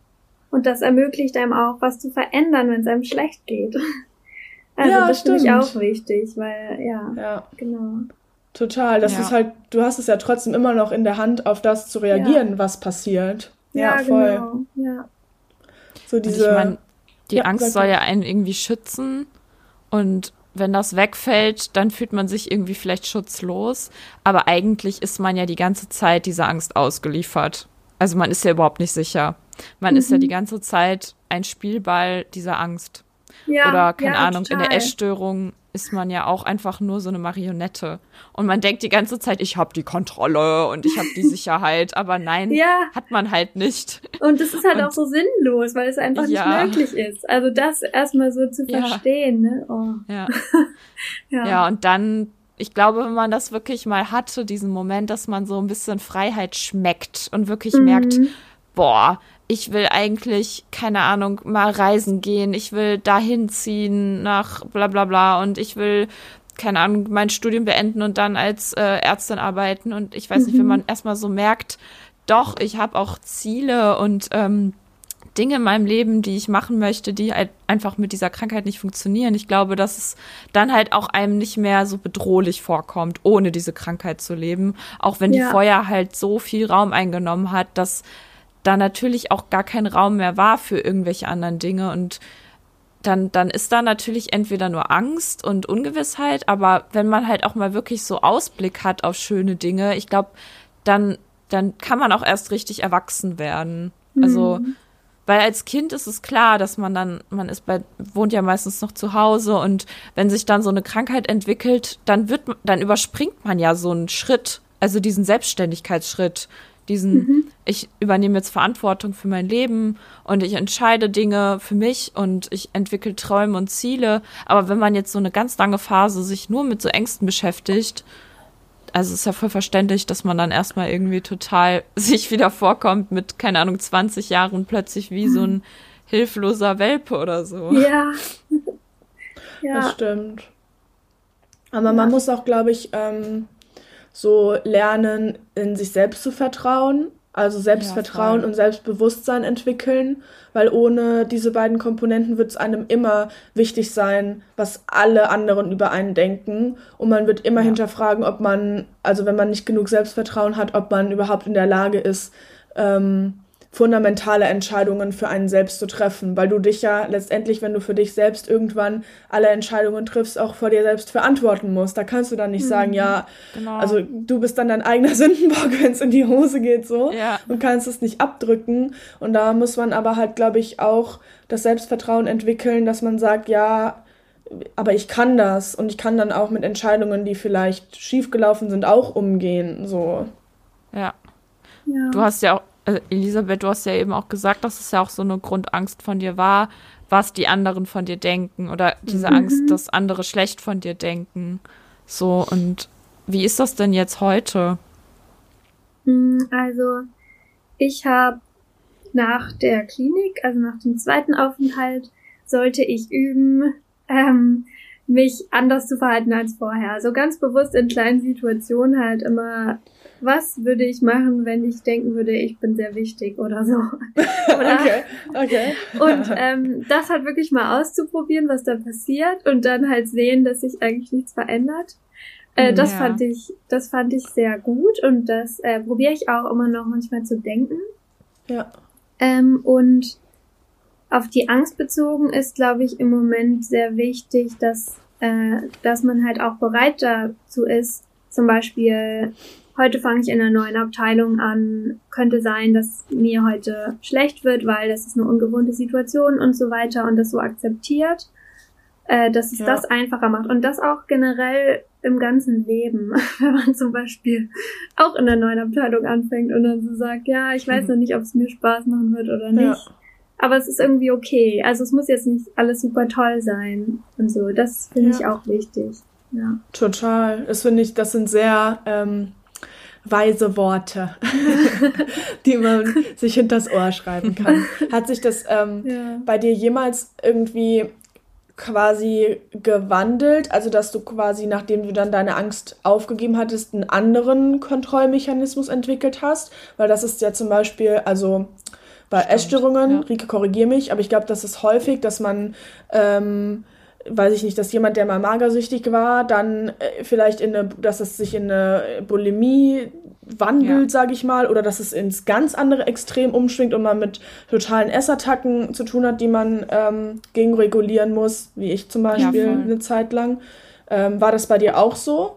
Und das ermöglicht einem auch, was zu verändern, wenn es einem schlecht geht. Also ja, das finde ich auch wichtig, weil, ja, ja. genau. Total, das ja. ist halt, du hast es ja trotzdem immer noch in der Hand, auf das zu reagieren, ja. was passiert. Ja, ja voll. Genau. Ja. So diese, ich meine, die ja, Angst soll ja einen irgendwie schützen und wenn das wegfällt, dann fühlt man sich irgendwie vielleicht schutzlos, aber eigentlich ist man ja die ganze Zeit dieser Angst ausgeliefert. Also man ist ja überhaupt nicht sicher. Man mhm. ist ja die ganze Zeit ein Spielball dieser Angst. Ja, Oder, keine ja, Ahnung, total. In der Essstörung ist man ja auch einfach nur so eine Marionette. Und man denkt die ganze Zeit, ich habe die Kontrolle und ich habe die Sicherheit. Aber nein, ja. hat man halt nicht. Und das ist halt und, auch so sinnlos, weil es einfach ja. nicht möglich ist. Also das erstmal so zu verstehen. Ja. Ne? Oh. Ja. ja. ja, und dann, ich glaube, wenn man das wirklich mal hatte, diesen Moment, dass man so ein bisschen Freiheit schmeckt und wirklich mhm. merkt, boah, ich will eigentlich, keine Ahnung, mal reisen gehen, ich will dahin ziehen nach bla bla bla und ich will, keine Ahnung, mein Studium beenden und dann als äh, Ärztin arbeiten und ich weiß mhm. nicht, wenn man erstmal so merkt, doch, ich habe auch Ziele und ähm, Dinge in meinem Leben, die ich machen möchte, die halt einfach mit dieser Krankheit nicht funktionieren. Ich glaube, dass es dann halt auch einem nicht mehr so bedrohlich vorkommt, ohne diese Krankheit zu leben, auch wenn ja. die vorher halt so viel Raum eingenommen hat, dass da natürlich auch gar kein Raum mehr war für irgendwelche anderen Dinge und dann, dann ist da natürlich entweder nur Angst und Ungewissheit, aber wenn man halt auch mal wirklich so Ausblick hat auf schöne Dinge, ich glaube, dann, dann kann man auch erst richtig erwachsen werden. Mhm. Also, weil als Kind ist es klar, dass man dann, man ist bei, wohnt ja meistens noch zu Hause und wenn sich dann so eine Krankheit entwickelt, dann wird, dann überspringt man ja so einen Schritt, also diesen Selbstständigkeitsschritt. Diesen, mhm. ich übernehme jetzt Verantwortung für mein Leben und ich entscheide Dinge für mich und ich entwickle Träume und Ziele. Aber wenn man jetzt so eine ganz lange Phase sich nur mit so Ängsten beschäftigt, also ist ja voll verständlich, dass man dann erstmal irgendwie total sich wieder vorkommt mit, keine Ahnung, zwanzig Jahren plötzlich wie mhm. so ein hilfloser Welpe oder so. Ja. ja. Das stimmt. Aber ja. man muss auch, glaube ich, ähm, so lernen, in sich selbst zu vertrauen, also Selbstvertrauen ja, und Selbstbewusstsein entwickeln, weil ohne diese beiden Komponenten wird es einem immer wichtig sein, was alle anderen über einen denken und man wird immer ja. hinterfragen, ob man, also wenn man nicht genug Selbstvertrauen hat, ob man überhaupt in der Lage ist, ähm, fundamentale Entscheidungen für einen selbst zu treffen, weil du dich ja letztendlich, wenn du für dich selbst irgendwann alle Entscheidungen triffst, auch vor dir selbst verantworten musst. Da kannst du dann nicht mhm. sagen, ja, genau. also du bist dann dein eigener Sündenbock, wenn es in die Hose geht, so, ja. und kannst es nicht abdrücken. Und da muss man aber halt, glaube ich, auch das Selbstvertrauen entwickeln, dass man sagt, ja, aber ich kann das und ich kann dann auch mit Entscheidungen, die vielleicht schiefgelaufen sind, auch umgehen, so. Ja. ja. Du hast ja auch Also Elisabeth, du hast ja eben auch gesagt, dass es ja auch so eine Grundangst von dir war, was die anderen von dir denken oder diese mhm. Angst, dass andere schlecht von dir denken. So, und wie ist das denn jetzt heute? Also, ich habe nach der Klinik, also nach dem zweiten Aufenthalt, sollte ich üben, ähm, mich anders zu verhalten als vorher. Also ganz bewusst in kleinen Situationen halt immer, was würde ich machen, wenn ich denken würde, ich bin sehr wichtig oder so. Oder okay, okay. Und ähm, das halt wirklich mal auszuprobieren, was da passiert und dann halt sehen, dass sich eigentlich nichts verändert. Äh, das ja. fand ich, das fand ich sehr gut und das äh, probiere ich auch immer noch manchmal zu denken. Ja. Ähm, und auf die Angst bezogen ist, glaube ich, im Moment sehr wichtig, dass äh, dass man halt auch bereit dazu ist. Zum Beispiel, heute fange ich in einer neuen Abteilung an, könnte sein, dass mir heute schlecht wird, weil das ist eine ungewohnte Situation und so weiter und das so akzeptiert, äh, dass es ja. das einfacher macht. Und das auch generell im ganzen Leben, wenn man zum Beispiel auch in einer neuen Abteilung anfängt und dann so sagt, ja, ich weiß noch nicht, ob es mir Spaß machen wird oder nicht. Ja. Aber es ist irgendwie okay. Also es muss jetzt nicht alles super toll sein und so. Das finde ja. ich auch wichtig. Ja. Total. Das finde ich, das sind sehr ähm, weise Worte, die man sich hinters Ohr schreiben kann. Hat sich das ähm, ja. bei dir jemals irgendwie quasi gewandelt? Also dass du quasi, nachdem du dann deine Angst aufgegeben hattest, einen anderen Kontrollmechanismus entwickelt hast? Weil das ist ja zum Beispiel, also bei Stimmt, Essstörungen, ja. Rike, korrigier mich, aber ich glaube, das ist häufig, dass man, ähm, weiß ich nicht, dass jemand, der mal magersüchtig war, dann äh, vielleicht in eine, dass es sich in eine Bulimie wandelt, ja. sage ich mal, oder dass es ins ganz andere Extrem umschwingt und man mit totalen Essattacken zu tun hat, die man ähm, gegenregulieren muss, wie ich zum Beispiel ja, eine Zeit lang. Ähm, war das bei dir auch so?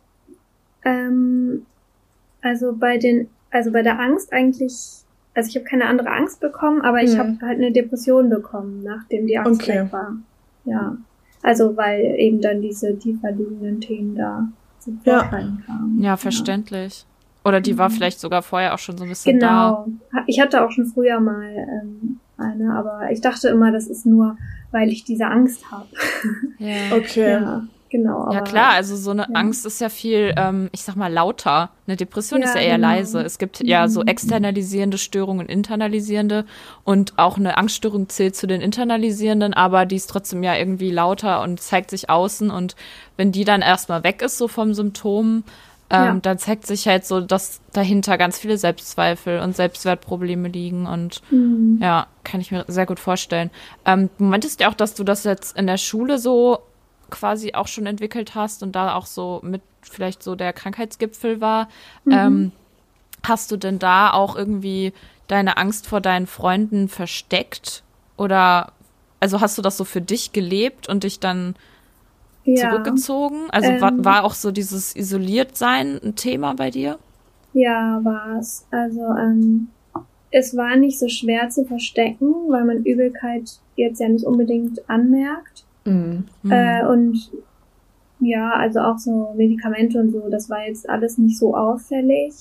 Ähm, also bei den, also bei der Angst eigentlich. Also ich habe keine andere Angst bekommen, aber ich mhm. habe halt eine Depression bekommen, nachdem die Angst okay. weg war. Ja. Also weil eben dann diese tiefer liegenden Themen da zum Vorschein ja. kamen. Ja, verständlich. Ja. Oder die mhm. war vielleicht sogar vorher auch schon so ein bisschen genau. da. Genau. Ich hatte auch schon früher mal ähm, eine, aber ich dachte immer, das ist nur, weil ich diese Angst habe. Ja. Okay. Ja, genau. Aber, ja klar, also so eine ja. Angst ist ja viel, ähm, ich sag mal, lauter. Eine Depression Ja, ist ja eher genau. leise. Es gibt ja so externalisierende Störungen und internalisierende und auch eine Angststörung zählt zu den internalisierenden, aber die ist trotzdem ja irgendwie lauter und zeigt sich außen und wenn die dann erstmal weg ist, so vom Symptom, ähm, Ja. dann zeigt sich halt so, dass dahinter ganz viele Selbstzweifel und Selbstwertprobleme liegen und Mhm. ja, kann ich mir sehr gut vorstellen. Ähm, du meintest ja auch, dass du das jetzt in der Schule so quasi auch schon entwickelt hast und da auch so mit vielleicht so der Krankheitsgipfel war. Mhm. Ähm, hast du denn da auch irgendwie deine Angst vor deinen Freunden versteckt? Oder also hast du das so für dich gelebt und dich dann Ja. zurückgezogen? Also Ähm. war, war auch so dieses Isoliertsein ein Thema bei dir? Ja, war's. Also, ähm, es war nicht so schwer zu verstecken, weil man Übelkeit jetzt ja nicht unbedingt anmerkt. Mhm. Äh, und ja, also auch so Medikamente und so, das war jetzt alles nicht so auffällig.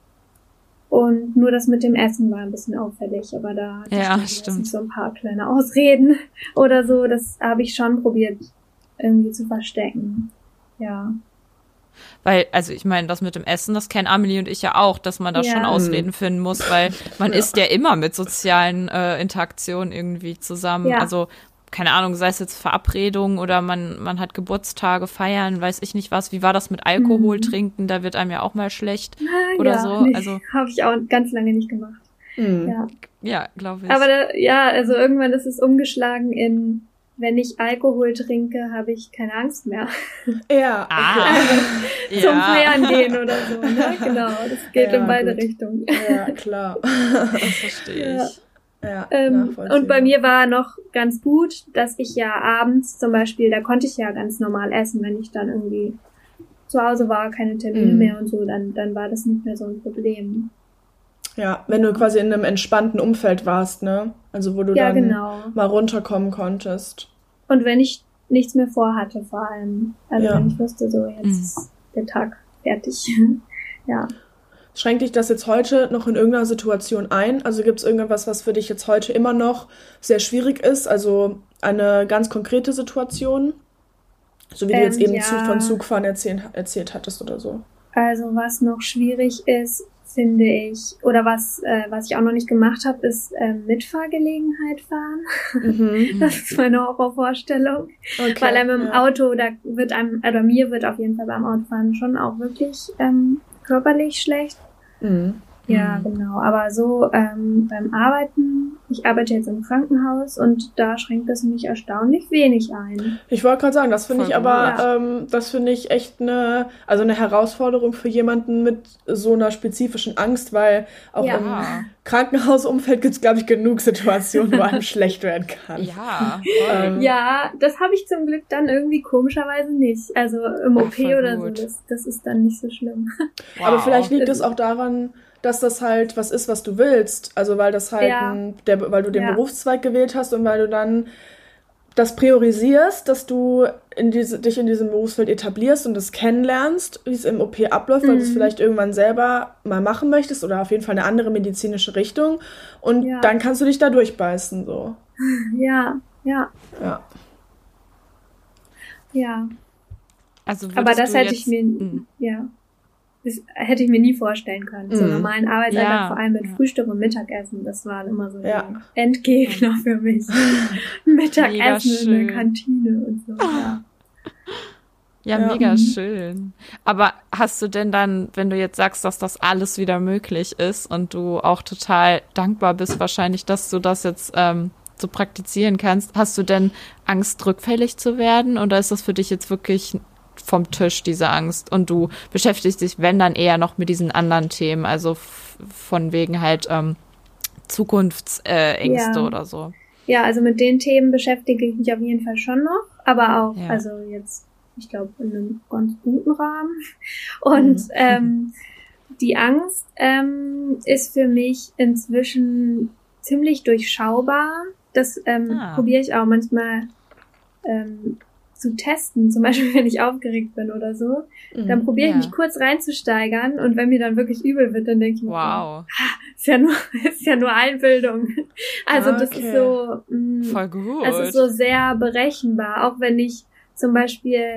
Und nur das mit dem Essen war ein bisschen auffällig, aber da hatte Ja, ich stimmt. jetzt so ein paar kleine Ausreden oder so. Das habe ich schon probiert irgendwie zu verstecken. Ja. Weil, also ich meine, das mit dem Essen, das kennen Amelie und ich ja auch, dass man da Ja. schon Ausreden finden muss, weil man isst ja immer mit sozialen äh, Interaktionen irgendwie zusammen. Ja. Also, keine Ahnung, sei es jetzt Verabredungen oder man, man hat Geburtstage, Feiern, weiß ich nicht was. Wie war das mit Alkohol Mhm. trinken? Da wird einem ja auch mal schlecht oder ja, so. Nee, Also, habe ich auch ganz lange nicht gemacht. Mhm. Ja. ja, glaube ich. Aber da, ja, also irgendwann ist es umgeschlagen in, wenn ich Alkohol trinke, habe ich keine Angst mehr. Ja, Ah. okay. Zum ja. Feiern gehen oder so, ne? Genau, das geht Ja, in beide gut. Richtungen. Ja, klar. Das verstehe Ja. ich. Ja, Ähm, nachvollziehbar. und bei mir war noch ganz gut, dass ich ja abends zum Beispiel, da konnte ich ja ganz normal essen, wenn ich dann irgendwie zu Hause war, keine Termine Mhm. mehr und so, dann, dann war das nicht mehr so ein Problem. Ja, wenn du quasi in einem entspannten Umfeld warst, ne? Also wo du Ja, dann genau. mal runterkommen konntest. Und wenn ich nichts mehr vorhatte, vor allem. Also Ja. wenn ich wusste, so jetzt Mhm. ist der Tag fertig. Ja. Schränkt dich das jetzt heute noch in irgendeiner Situation ein? Also gibt es irgendwas, was für dich jetzt heute immer noch sehr schwierig ist? Also eine ganz konkrete Situation? So wie du Ähm, jetzt eben ja. zu, von Zugfahren erzählt, erzählt hattest oder so. Also was noch schwierig ist, finde ich, oder was, äh, was ich auch noch nicht gemacht habe, ist ähm, Mitfahrgelegenheit fahren. Mhm. Das ist meine Horrorvorstellung. Okay. Weil einem im ja. Auto, da wird einem, oder mir wird auf jeden Fall beim Autofahren schon auch wirklich ähm, körperlich schlecht. Mhm. Ja, Mhm. genau. Aber so ähm, beim Arbeiten, ich arbeite jetzt im Krankenhaus und da schränkt es mich erstaunlich wenig ein. Ich wollte gerade sagen, das finde Voll ich aber, gut. ähm, das finde ich echt eine, also eine Herausforderung für jemanden mit so einer spezifischen Angst, weil auch Ja. im Ja. Krankenhausumfeld gibt es, glaube ich, genug Situationen, wo einem schlecht werden kann. Ja. Ähm, Voll. Ja, das habe ich zum Glück dann irgendwie komischerweise nicht. Also im Ach, O P voll oder so, gut. das, das ist dann nicht so schlimm. Aber Wow. vielleicht liegt es Das- auch daran, dass das halt was ist, was du willst. Also weil das halt, Ja. ein, der, weil du den Ja. Berufszweig gewählt hast und weil du dann das priorisierst, dass du in diese, dich in diesem Berufsfeld etablierst und das kennenlernst, wie es im O P abläuft, weil du es Mhm. vielleicht irgendwann selber mal machen möchtest oder auf jeden Fall eine andere medizinische Richtung. Und Ja. dann kannst du dich da durchbeißen. So. Ja, ja, Ja. ja. Also Aber würdest das du hätte jetzt, ich mir, Mhm. ja, das hätte ich mir nie vorstellen können. So Mhm. normalen Arbeitsalltag, Ja, vor allem mit ja. Frühstück und Mittagessen, das waren immer so Ja. die Endgegner für mich. Mittagessen Mega in schön. der Kantine und so, ja. Ja, Ja. mega Mhm. schön. Aber hast du denn dann, wenn du jetzt sagst, dass das alles wieder möglich ist und du auch total dankbar bist wahrscheinlich, dass du das jetzt ähm, so praktizieren kannst, hast du denn Angst, rückfällig zu werden oder ist das für dich jetzt wirklich vom Tisch, diese Angst? Und du beschäftigst dich, wenn dann eher noch mit diesen anderen Themen, also f- von wegen halt ähm, Zukunftsängste äh, Ängste Ja. oder so. Ja, also mit den Themen beschäftige ich mich auf jeden Fall schon noch, aber auch, Ja. also jetzt, ich glaube, in einem ganz guten Rahmen. Und Mhm. ähm, die Angst ähm, ist für mich inzwischen ziemlich durchschaubar. Das ähm, Ah. probiere ich auch manchmal ähm, zu testen, zum Beispiel wenn ich aufgeregt bin oder so. Dann Mhm. probiere ich Ja. mich kurz reinzusteigern und wenn mir dann wirklich übel wird, dann denke ich mir, Wow, ist ja nur, ist ja nur Einbildung. Also Ah, das okay. ist so, mh, voll gut. es ist so sehr berechenbar. Auch wenn ich zum Beispiel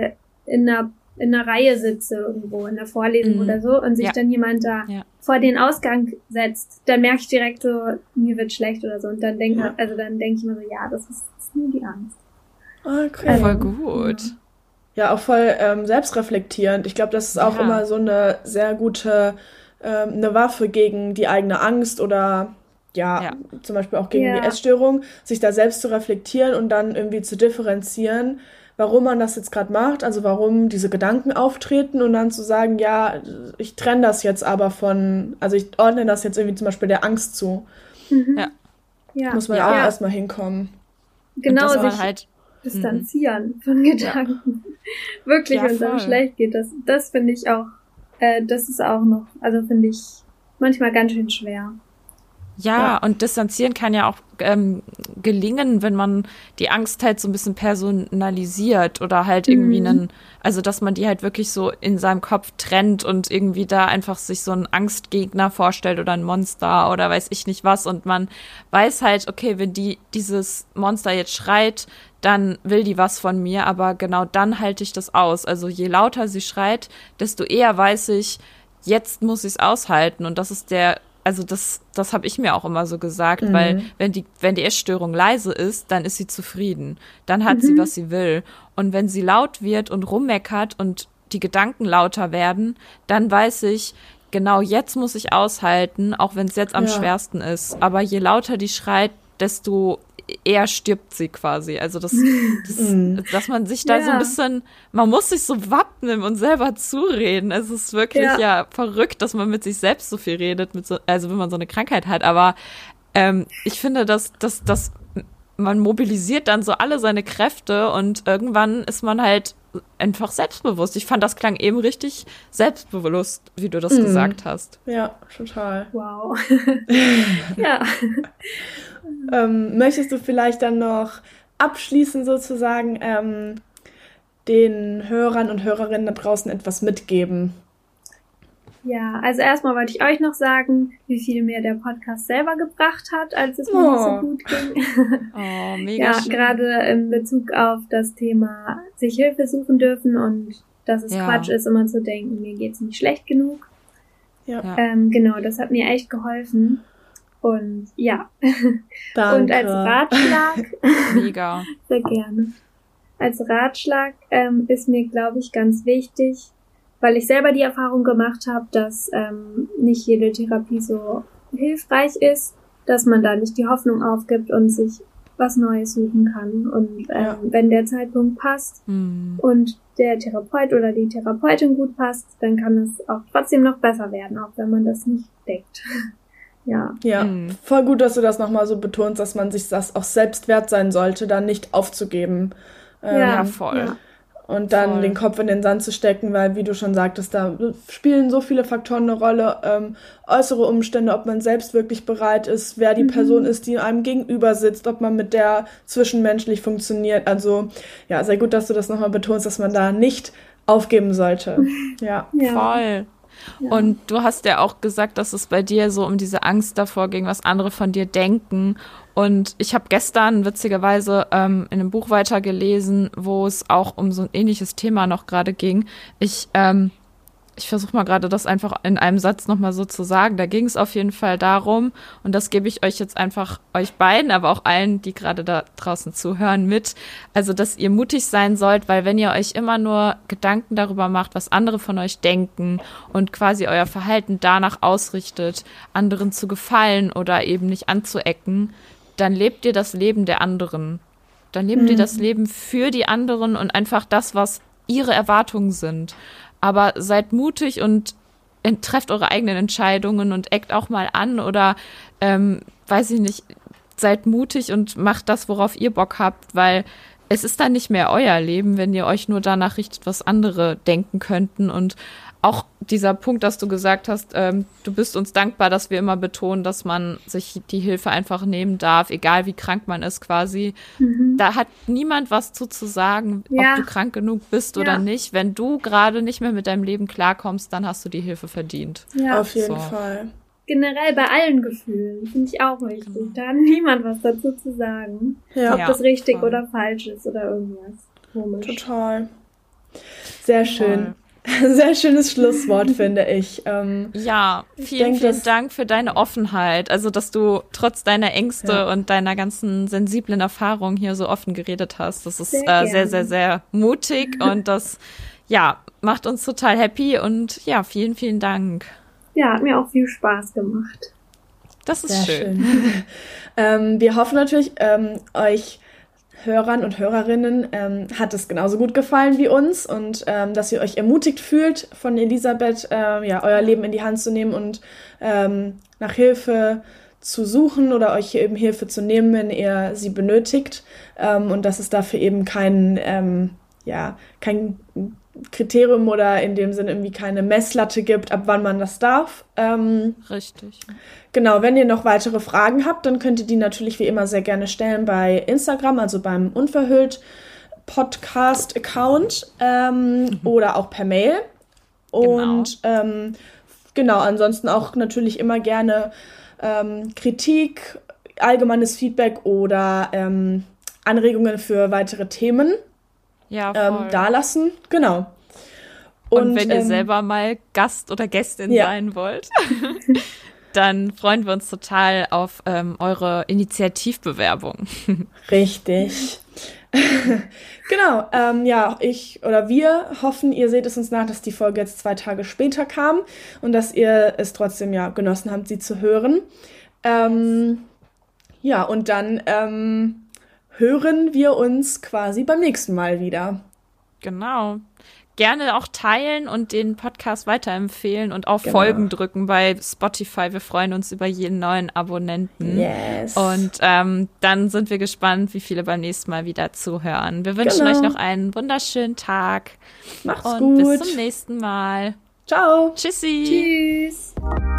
in einer, in einer Reihe sitze irgendwo, in der Vorlesung mhm. oder so und sich ja. dann jemand da ja. vor den Ausgang setzt, dann merke ich direkt so, mir wird schlecht oder so und dann denke ja. also dann denke ich mir so, ja, das ist, das ist nur die Angst. Okay. Also, voll gut. Ja, ja auch voll ähm, selbstreflektierend. Ich glaube, das ist auch ja. immer so eine sehr gute ähm, eine Waffe gegen die eigene Angst oder ja, ja. zum Beispiel auch gegen ja. die Essstörung, sich da selbst zu reflektieren und dann irgendwie zu differenzieren, warum man das jetzt gerade macht, also warum diese Gedanken auftreten und dann zu sagen, ja, ich trenne das jetzt aber von, also ich ordne das jetzt irgendwie zum Beispiel der Angst zu. Mhm. Ja. ja. Muss man ja auch ja. erstmal hinkommen. Genau, und sich halt distanzieren mhm. von Gedanken. Wirklich, ja, wenn es einem schlecht geht, das, das finde ich auch, äh, das ist auch noch, also finde ich manchmal ganz schön schwer. Ja, ja, und distanzieren kann ja auch ähm, gelingen, wenn man die Angst halt so ein bisschen personalisiert oder halt irgendwie mhm. einen, also dass man die halt wirklich so in seinem Kopf trennt und irgendwie da einfach sich so einen Angstgegner vorstellt oder ein Monster oder weiß ich nicht was und man weiß halt, okay, wenn die dieses Monster jetzt schreit, dann will die was von mir, aber genau dann halte ich das aus. Also je lauter sie schreit, desto eher weiß ich, jetzt muss ich es aushalten und das ist der Also das, das habe ich mir auch immer so gesagt, mhm. weil wenn die, wenn die Essstörung leise ist, dann ist sie zufrieden. Dann hat mhm. sie, was sie will. Und wenn sie laut wird und rummeckert und die Gedanken lauter werden, dann weiß ich, genau jetzt muss ich aushalten, auch wenn es jetzt am ja. schwersten ist. Aber je lauter die schreit, desto eher stirbt sie quasi. Also das, das mm. dass man sich da ja. so ein bisschen, man muss sich so wappnen und selber zureden. Es ist wirklich ja. ja verrückt, dass man mit sich selbst so viel redet, mit so, also wenn man so eine Krankheit hat. Aber ähm, ich finde, dass, dass, dass man mobilisiert dann so alle seine Kräfte und irgendwann ist man halt einfach selbstbewusst. Ich fand, das klang eben richtig selbstbewusst, wie du das mm. gesagt hast. Ja, total. Wow. ja. Ähm, möchtest du vielleicht dann noch abschließend sozusagen ähm, den Hörern und Hörerinnen da draußen etwas mitgeben? Ja, also erstmal wollte ich euch noch sagen, wie viel mir der Podcast selber gebracht hat, als es mir oh. nicht so gut ging. Oh, mega ja, schön. gerade in Bezug auf das Thema sich Hilfe suchen dürfen und dass es ja. Quatsch ist, immer zu denken, mir geht's nicht schlecht genug. Ja. Ähm, genau, das hat mir echt geholfen. Und ja, Danke. Und als Ratschlag, mega, sehr gerne. Als Ratschlag ähm, ist mir, glaube ich, ganz wichtig, weil ich selber die Erfahrung gemacht habe, dass ähm, nicht jede Therapie so hilfreich ist, dass man da nicht die Hoffnung aufgibt und sich was Neues suchen kann. Und ähm, ja. wenn der Zeitpunkt passt mhm. und der Therapeut oder die Therapeutin gut passt, dann kann es auch trotzdem noch besser werden, auch wenn man das nicht denkt. Ja, ja. Mhm. Voll gut, dass du das nochmal so betonst, dass man sich das auch selbst wert sein sollte, dann nicht aufzugeben. Ähm, ja, voll. Ja. Und dann voll. Den Kopf in den Sand zu stecken, weil, wie du schon sagtest, da spielen so viele Faktoren eine Rolle, ähm, äußere Umstände, ob man selbst wirklich bereit ist, wer die mhm. Person ist, die einem gegenüber sitzt, ob man mit der zwischenmenschlich funktioniert. Also ja, sehr gut, dass du das nochmal betonst, dass man da nicht aufgeben sollte. Ja, ja. Voll. Ja. Und du hast ja auch gesagt, dass es bei dir so um diese Angst davor ging, was andere von dir denken. Und ich habe gestern witzigerweise ähm, in einem Buch weitergelesen, wo es auch um so ein ähnliches Thema noch gerade ging. Ich ähm, ich versuche mal gerade das einfach in einem Satz nochmal so zu sagen. Da ging es auf jeden Fall darum, und das gebe ich euch jetzt einfach euch beiden, aber auch allen, die gerade da draußen zuhören, mit. Also, dass ihr mutig sein sollt, weil wenn ihr euch immer nur Gedanken darüber macht, was andere von euch denken und quasi euer Verhalten danach ausrichtet, anderen zu gefallen oder eben nicht anzuecken, dann lebt ihr das Leben der anderen. Dann lebt mhm. ihr das Leben für die anderen und einfach das, was ihre Erwartungen sind. Aber seid mutig und trefft eure eigenen Entscheidungen und eckt auch mal an oder, ähm, weiß ich nicht, seid mutig und macht das, worauf ihr Bock habt, weil es ist dann nicht mehr euer Leben, wenn ihr euch nur danach richtet, was andere denken könnten. Und auch dieser Punkt, dass du gesagt hast, ähm, du bist uns dankbar, dass wir immer betonen, dass man sich die Hilfe einfach nehmen darf, egal wie krank man ist quasi. Mhm. Da hat niemand was zu, zu sagen, ja. ob du krank genug bist ja. oder nicht. Wenn du gerade nicht mehr mit deinem Leben klarkommst, dann hast du die Hilfe verdient. Ja. Auf jeden so. Fall. Generell bei allen Gefühlen finde ich auch wichtig. Genau. Da hat niemand was dazu zu sagen. Ja. Ob ja, das richtig voll. oder falsch ist oder irgendwas komisch. Total. Sehr schön. Sehr schönes Schlusswort, finde ich. Ähm, ja, vielen, ich denk, vielen Dank für deine Offenheit. Also, dass du trotz deiner Ängste ja. und deiner ganzen sensiblen Erfahrungen hier so offen geredet hast. Das ist sehr, äh, sehr, sehr, sehr mutig und das, ja, macht uns total happy und ja, vielen, vielen Dank. Ja, hat mir auch viel Spaß gemacht. Das ist sehr schön. schön. ähm, wir hoffen natürlich, ähm, euch Hörern und Hörerinnen ähm, hat es genauso gut gefallen wie uns und ähm, dass ihr euch ermutigt fühlt, von Elisabeth äh, ja, euer Leben in die Hand zu nehmen und ähm, nach Hilfe zu suchen oder euch eben Hilfe zu nehmen, wenn ihr sie benötigt ähm, und dass es dafür eben kein, ähm, ja, kein Kriterium oder in dem Sinne irgendwie keine Messlatte gibt, ab wann man das darf. Ähm, Richtig. Genau, wenn ihr noch weitere Fragen habt, dann könnt ihr die natürlich wie immer sehr gerne stellen bei Instagram, also beim Unverhüllt Podcast-Account ähm, mhm. oder auch per Mail. Und genau. Ähm, genau, ansonsten auch natürlich immer gerne ähm, Kritik, allgemeines Feedback oder ähm, Anregungen für weitere Themen ja, ähm, dalassen. Genau. Und, und wenn ihr ähm, selber mal Gast oder Gästin ja. sein wollt, dann freuen wir uns total auf ähm, eure Initiativbewerbung. Richtig. Genau, ähm, ja, ich oder wir hoffen, ihr seht es uns nach, dass die Folge jetzt zwei Tage später kam und dass ihr es trotzdem ja genossen habt, sie zu hören. Ähm, ja, und dann ähm, hören wir uns quasi beim nächsten Mal wieder. Genau. Gerne auch teilen und den Podcast weiterempfehlen und auf genau. Folgen drücken bei Spotify. Wir freuen uns über jeden neuen Abonnenten. Yes. Und ähm, dann sind wir gespannt, wie viele beim nächsten Mal wieder zuhören. Wir wünschen genau. euch noch einen wunderschönen Tag. Macht's und gut. Bis zum nächsten Mal. Ciao. Tschüssi. Tschüss.